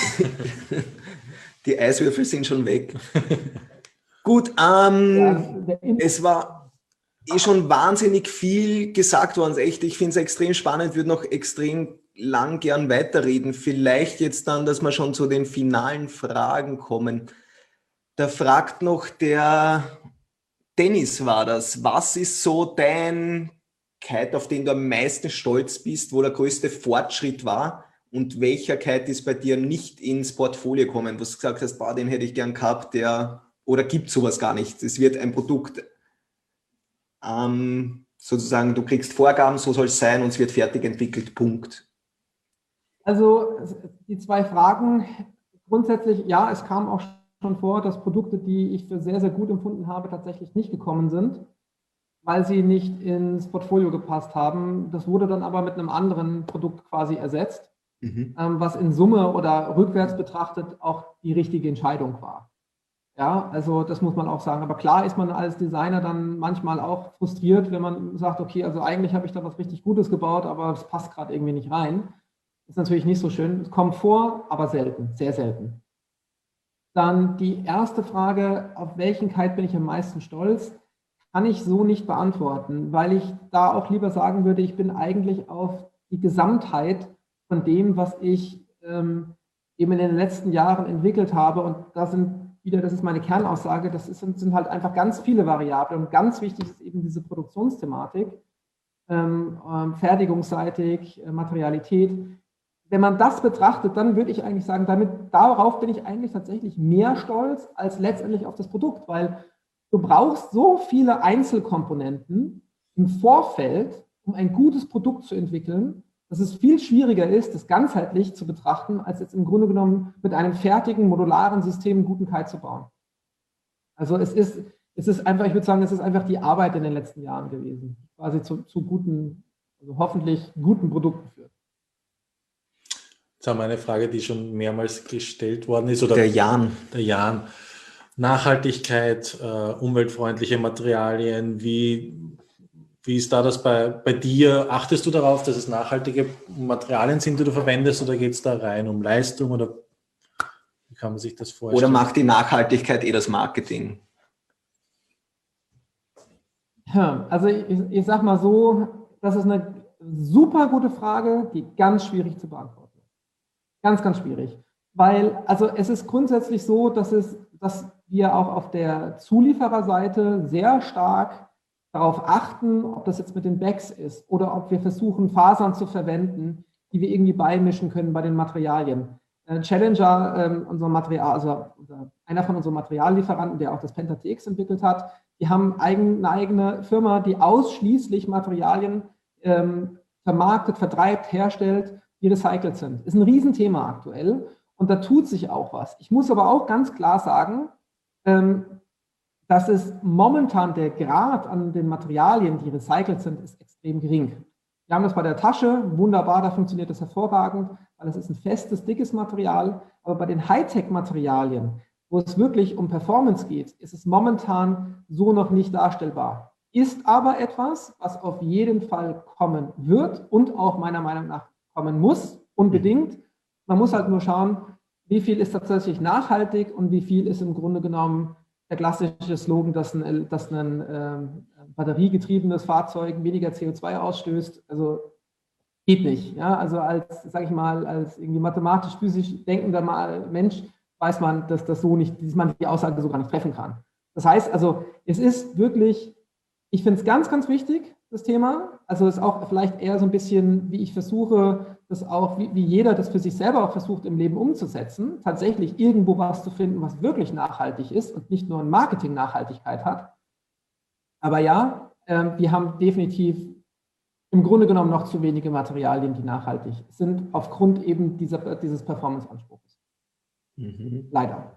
Die Eiswürfel sind schon weg. Gut, ähm, Ja, es war eh schon wahnsinnig viel gesagt worden. Echt, ich finde es extrem spannend, würde noch extrem lang gern weiterreden. Vielleicht jetzt dann, dass wir schon zu den finalen Fragen kommen. Da fragt noch der Dennis, war das, was ist so dein Kite, auf den du am meisten stolz bist, wo der größte Fortschritt war und welcher Kite ist bei dir nicht ins Portfolio gekommen, wo du gesagt hast, boah, den hätte ich gern gehabt, der, oder gibt sowas gar nicht. Es wird ein Produkt, ähm, sozusagen, du kriegst Vorgaben, so soll es sein und es wird fertig entwickelt, Punkt. Also die zwei Fragen, grundsätzlich, ja, es kam auch schon vor, dass Produkte, die ich für sehr, sehr gut empfunden habe, tatsächlich nicht gekommen sind, weil sie nicht ins Portfolio gepasst haben. Das wurde dann aber mit einem anderen Produkt quasi ersetzt, mhm. ähm, was in Summe oder rückwärts betrachtet auch die richtige Entscheidung war. Ja, also das muss man auch sagen. Aber klar ist man als Designer dann manchmal auch frustriert, wenn man sagt, okay, also eigentlich habe ich da was richtig Gutes gebaut, aber es passt gerade irgendwie nicht rein. Ist natürlich nicht so schön. Es kommt vor, aber selten, sehr selten. Dann die erste Frage, auf welchen Kite bin ich am meisten stolz, kann ich so nicht beantworten, weil ich da auch lieber sagen würde, ich bin eigentlich auf die Gesamtheit von dem, was ich ähm, eben in den letzten Jahren entwickelt habe. Und da sind wieder, das ist meine Kernaussage, das ist, sind halt einfach ganz viele Variablen. Und ganz wichtig ist eben diese Produktionsthematik, ähm, ähm, fertigungsseitig, äh, Materialität. Wenn man das betrachtet, dann würde ich eigentlich sagen, damit, darauf bin ich eigentlich tatsächlich mehr stolz als letztendlich auf das Produkt, weil du brauchst so viele Einzelkomponenten im Vorfeld, um ein gutes Produkt zu entwickeln, dass es viel schwieriger ist, das ganzheitlich zu betrachten, als jetzt im Grunde genommen mit einem fertigen, modularen System einen guten Kite zu bauen. Also es ist, es ist einfach, ich würde sagen, es ist einfach die Arbeit in den letzten Jahren gewesen, quasi zu, zu guten, also hoffentlich guten Produkten führt. Jetzt haben wir eine Frage, die schon mehrmals gestellt worden ist. Oder der Jan. Der Jan. Nachhaltigkeit, äh, umweltfreundliche Materialien, wie, wie ist da das bei, bei dir? Achtest du darauf, dass es nachhaltige Materialien sind, die du verwendest, oder geht es da rein um Leistung, oder wie kann man sich das vorstellen? Oder macht die Nachhaltigkeit eh das Marketing? Ja, also ich, ich sag mal so, das ist eine super gute Frage, die ganz schwierig zu beantworten ist. Ganz, ganz schwierig. Weil, also es ist grundsätzlich so, dass es, dass wir auch auf der Zuliefererseite sehr stark darauf achten, ob das jetzt mit den Bags ist oder ob wir versuchen, Fasern zu verwenden, die wir irgendwie beimischen können bei den Materialien. Äh, Challenger, ähm, unser Material, also unser, einer von unseren Materiallieferanten, der auch das Penta T X entwickelt hat, die haben eigen, eine eigene Firma, die ausschließlich Materialien ähm, vermarktet, vertreibt, herstellt, die recycelt sind. Ist ein Riesenthema aktuell und da tut sich auch was. Ich muss aber auch ganz klar sagen, ähm, dass es momentan der Grad an den Materialien, die recycelt sind, ist extrem gering. Wir haben das bei der Tasche, wunderbar, da funktioniert das hervorragend, weil es ist ein festes, dickes Material, aber bei den Hightech-Materialien, wo es wirklich um Performance geht, ist es momentan so noch nicht darstellbar. Ist aber etwas, was auf jeden Fall kommen wird und auch meiner Meinung nach kommen muss, unbedingt. Man muss halt nur schauen, wie viel ist tatsächlich nachhaltig und wie viel ist im Grunde genommen der klassische Slogan, dass ein, dass ein äh, batteriegetriebenes Fahrzeug weniger C O zwei ausstößt. Also geht nicht. Ja? Also als, sage ich mal, als irgendwie mathematisch-physisch denkender Mensch weiß man, dass das so nicht, dass man die Aussage so gar nicht treffen kann. Das heißt also, es ist wirklich, ich finde es ganz, ganz wichtig, das Thema. Also es ist auch vielleicht eher so ein bisschen, wie ich versuche, das auch, wie, wie jeder das für sich selber auch versucht im Leben umzusetzen, tatsächlich irgendwo was zu finden, was wirklich nachhaltig ist und nicht nur ein Marketing-Nachhaltigkeit hat. Aber ja, äh, wir haben definitiv im Grunde genommen noch zu wenige Materialien, die nachhaltig sind, aufgrund eben dieser, dieses Performance-Anspruchs. Mhm. Leider.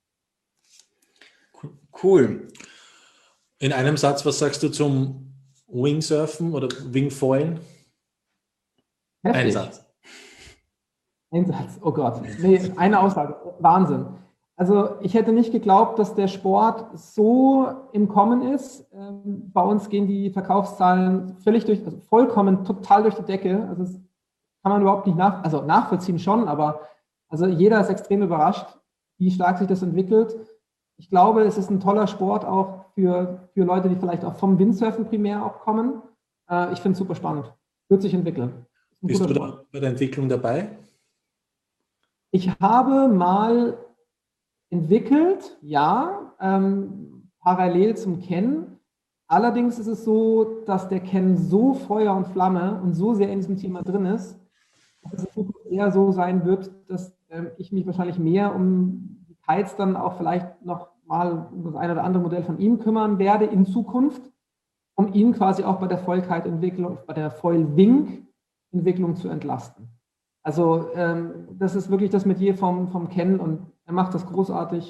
Cool. In einem Satz, was sagst du zum Wingsurfen oder Wingfoilen? Heftig. Ein Satz. Ein Satz, oh Gott. Nee, eine Aussage. Wahnsinn. Also ich hätte nicht geglaubt, dass der Sport so im Kommen ist. Ähm, bei uns gehen die Verkaufszahlen völlig durch, also vollkommen total durch die Decke. Also das kann man überhaupt nicht nach, also nachvollziehen schon, aber also jeder ist extrem überrascht, wie stark sich das entwickelt. Ich glaube, es ist ein toller Sport auch für, für Leute, die vielleicht auch vom Windsurfen primär auch kommen. Äh, ich finde es super spannend. Wird sich entwickeln. Bist du da bei der Entwicklung dabei? Ich habe mal entwickelt, ja, ähm, parallel zum Ken. Allerdings ist es so, dass der Ken so Feuer und Flamme und so sehr in diesem Thema drin ist, dass es eher so sein wird, dass ähm, ich mich wahrscheinlich mehr um die Kites dann auch vielleicht noch mal um das ein oder andere Modell von ihm kümmern werde in Zukunft, um ihn quasi auch bei der Foil-Kite-Entwicklung, bei der Foil-Wing-Entwicklung zu entlasten. Also ähm, das ist wirklich das Metier vom, vom Ken und er macht das großartig.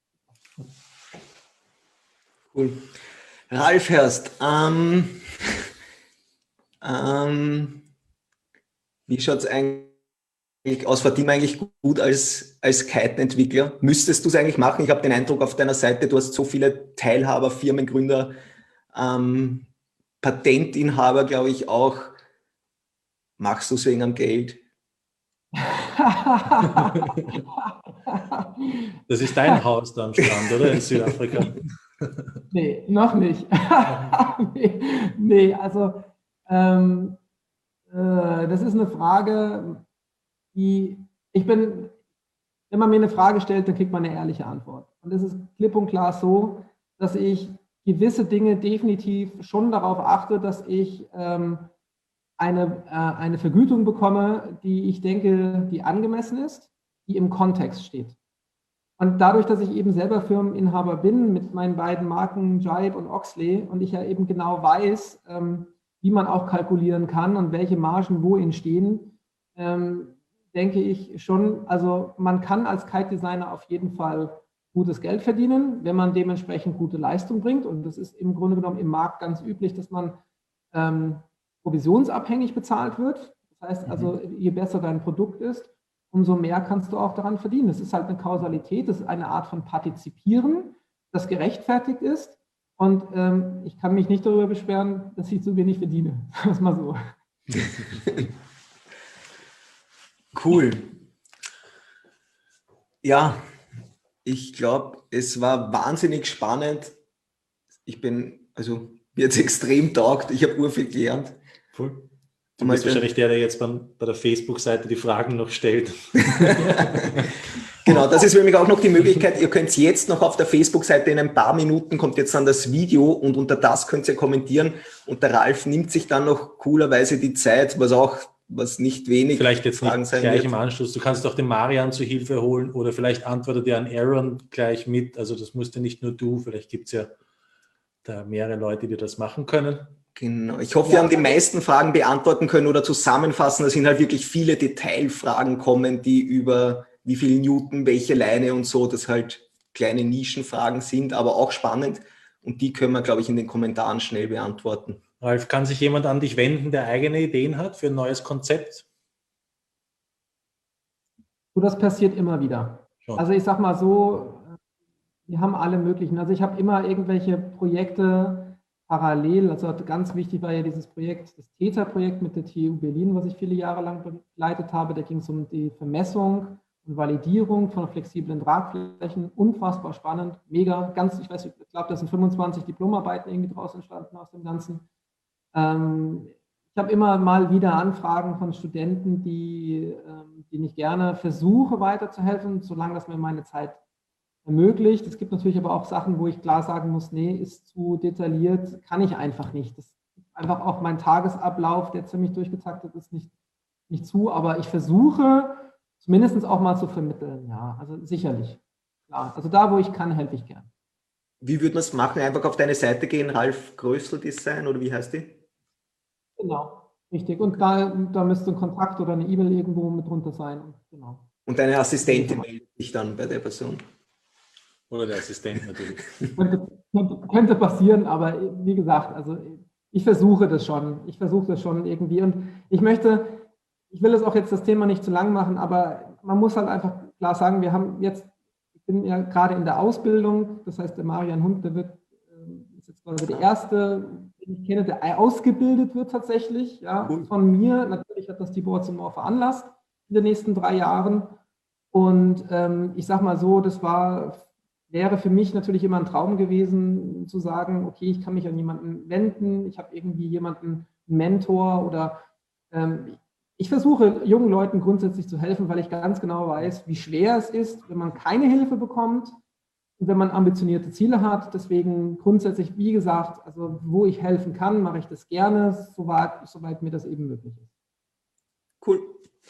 Cool. Ralf Herst, ähm, ähm, wie schaut es eigentlich aus? Verdient man eigentlich gut als, als Kite-Entwickler? Müsstest du es eigentlich machen? Ich habe den Eindruck auf deiner Seite, du hast so viele Teilhaber, Firmengründer, ähm, Patentinhaber, glaube ich auch. Machst du es wegen am Geld? Das ist dein Haus da am Strand, oder? In Südafrika? Nee, noch nicht. nee, nee, also ähm, äh, das ist eine Frage, die ich bin, wenn man mir eine Frage stellt, dann kriegt man eine ehrliche Antwort. Und es ist klipp und klar so, dass ich gewisse Dinge definitiv schon darauf achte, dass ich ähm, Eine, äh, eine Vergütung bekomme, die ich denke, die angemessen ist, die im Kontext steht. Und dadurch, dass ich eben selber Firmeninhaber bin mit meinen beiden Marken Jibe und Oxley und ich ja eben genau weiß, ähm, wie man auch kalkulieren kann und welche Margen wo entstehen, ähm, denke ich schon, also man kann als Kite-Designer auf jeden Fall gutes Geld verdienen, wenn man dementsprechend gute Leistung bringt. Und das ist im Grunde genommen im Markt ganz üblich, dass man ähm, provisionsabhängig bezahlt wird. Das heißt also, je besser dein Produkt ist, umso mehr kannst du auch daran verdienen. Das ist halt eine Kausalität, das ist eine Art von Partizipieren, das gerechtfertigt ist. Und ähm, ich kann mich nicht darüber beschweren, dass ich zu wenig verdiene. Sagen wir es mal so. Cool. Ja, ich glaube, es war wahnsinnig spannend. Ich bin, also mir hat es extrem taugt. Ich habe urviel gelernt. Cool. Du bist wahrscheinlich der, der jetzt beim, bei der Facebook-Seite die Fragen noch stellt. Genau, das ist nämlich auch noch die Möglichkeit, ihr könnt jetzt noch auf der Facebook-Seite in ein paar Minuten, kommt jetzt dann das Video und unter das könnt ihr kommentieren und der Ralf nimmt sich dann noch coolerweise die Zeit, was auch, was nicht wenig vielleicht jetzt Fragen nicht sein gleich wird. im Anschluss, du kannst auch den Marian zu Hilfe holen oder vielleicht antwortet dir an Aaron gleich mit, also das musst ja nicht nur du, vielleicht gibt es ja da mehrere Leute, die das machen können. Genau. Ich hoffe, wir haben die meisten Fragen beantworten können oder zusammenfassen. Da sind halt wirklich viele Detailfragen kommen, die über wie viel Newton, welche Leine und so, das halt kleine Nischenfragen sind, aber auch spannend. Und die können wir, glaube ich, in den Kommentaren schnell beantworten. Ralf, kann sich jemand an dich wenden, der eigene Ideen hat für ein neues Konzept? So, das passiert immer wieder. Schon. Also ich sag mal so, wir haben alle möglichen. Also ich habe immer irgendwelche Projekte parallel. Also ganz wichtig war ja dieses Projekt, das TETA-Projekt mit der T U Berlin, was ich viele Jahre lang begleitet habe. Da ging es um die Vermessung und Validierung von flexiblen Tragflächen. Unfassbar spannend, mega. Ganz, ich weiß, ich glaube, da sind fünfundzwanzig Diplomarbeiten irgendwie draus entstanden aus dem Ganzen. Ähm, ich habe immer mal wieder Anfragen von Studenten, die, ähm, denen ich gerne versuche weiterzuhelfen, solange das mir meine Zeit ermöglicht. Es gibt natürlich aber auch Sachen, wo ich klar sagen muss, nee, ist zu detailliert, kann ich einfach nicht. Das ist einfach auch mein Tagesablauf, der ziemlich durchgetaktet ist, nicht, nicht zu, aber ich versuche zumindest auch mal zu vermitteln, ja, also sicherlich. Klar. Also da, wo ich kann, helfe ich gern. Wie würde man es machen? Einfach auf deine Seite gehen, Ralf Größl Design oder wie heißt die? Genau, richtig. Und da, da müsste ein Kontakt oder eine E-Mail irgendwo mit drunter sein. Genau. Und deine Assistentin meldet sich dann bei der Person. Oder der Assistent natürlich. könnte, könnte, könnte passieren, aber wie gesagt, also ich versuche das schon. Ich versuche das schon irgendwie. Und ich möchte, ich will das auch jetzt das Thema nicht zu lang machen, aber man muss halt einfach klar sagen, wir haben jetzt, ich bin ja gerade in der Ausbildung, das heißt, der Marian Hund, der wird, ist jetzt quasi der Erste, den ich kenne, der ausgebildet wird tatsächlich, ja, von mir. Natürlich hat das die Board zum auch veranlasst in den nächsten drei Jahren. Und ähm, ich sag mal so, das war, wäre für mich natürlich immer ein Traum gewesen, zu sagen, okay, ich kann mich an jemanden wenden, ich habe irgendwie jemanden, einen Mentor oder ähm, ich versuche jungen Leuten grundsätzlich zu helfen, weil ich ganz genau weiß, wie schwer es ist, wenn man keine Hilfe bekommt und wenn man ambitionierte Ziele hat. Deswegen grundsätzlich, wie gesagt, also wo ich helfen kann, mache ich das gerne, soweit, soweit mir das eben möglich ist. Cool.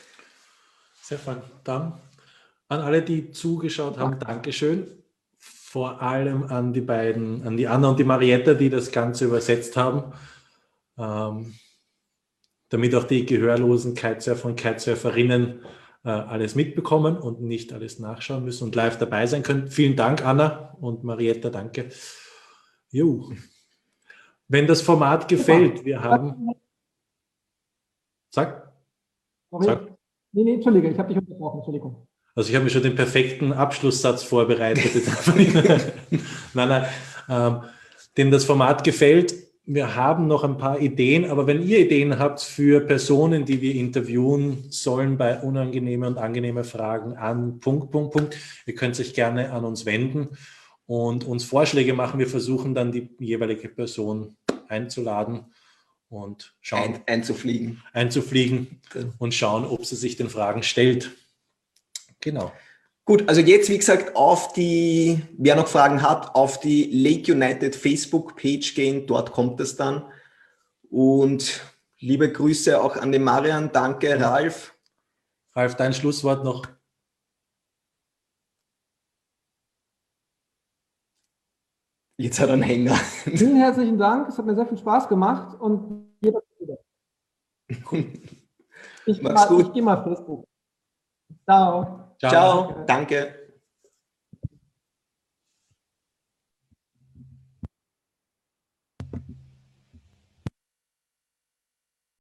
Sehr fein. Dann an alle, die zugeschaut haben, Dankeschön. Vor allem an die beiden, an die Anna und die Marietta, die das Ganze übersetzt haben. Ähm, damit auch die gehörlosen Kitesurfer und Kitesurferinnen äh, alles mitbekommen und nicht alles nachschauen müssen und live dabei sein können. Vielen Dank, Anna und Marietta, danke. Jo. Wenn das Format gefällt, wir haben... Sag. Sag. Nee, nee, Entschuldige, ich habe dich unterbrochen, Entschuldigung. Also ich habe mir schon den perfekten Abschlusssatz vorbereitet. nein, nein. Ähm, dem das Format gefällt, wir haben noch ein paar Ideen, aber wenn ihr Ideen habt für Personen, die wir interviewen sollen bei unangenehme und angenehme Fragen an Punkt, Punkt, Punkt, ihr könnt euch gerne an uns wenden und uns Vorschläge machen. Wir versuchen dann die jeweilige Person einzuladen und schauen. Ein, einzufliegen. Einzufliegen und schauen, ob sie sich den Fragen stellt. Genau. Gut, also jetzt, wie gesagt, auf die, wer noch Fragen hat, auf die Lake United Facebook-Page gehen, dort kommt es dann. Und liebe Grüße auch an den Marian, danke, ja. Ralf. Ralf, dein Schlusswort noch. Jetzt hat er einen Hänger. Vielen herzlichen Dank, es hat mir sehr viel Spaß gemacht und jeder wieder. Ich, Mach's gut. Ich gehe mal auf Facebook. Ciao. Ciao, Ciao. Danke.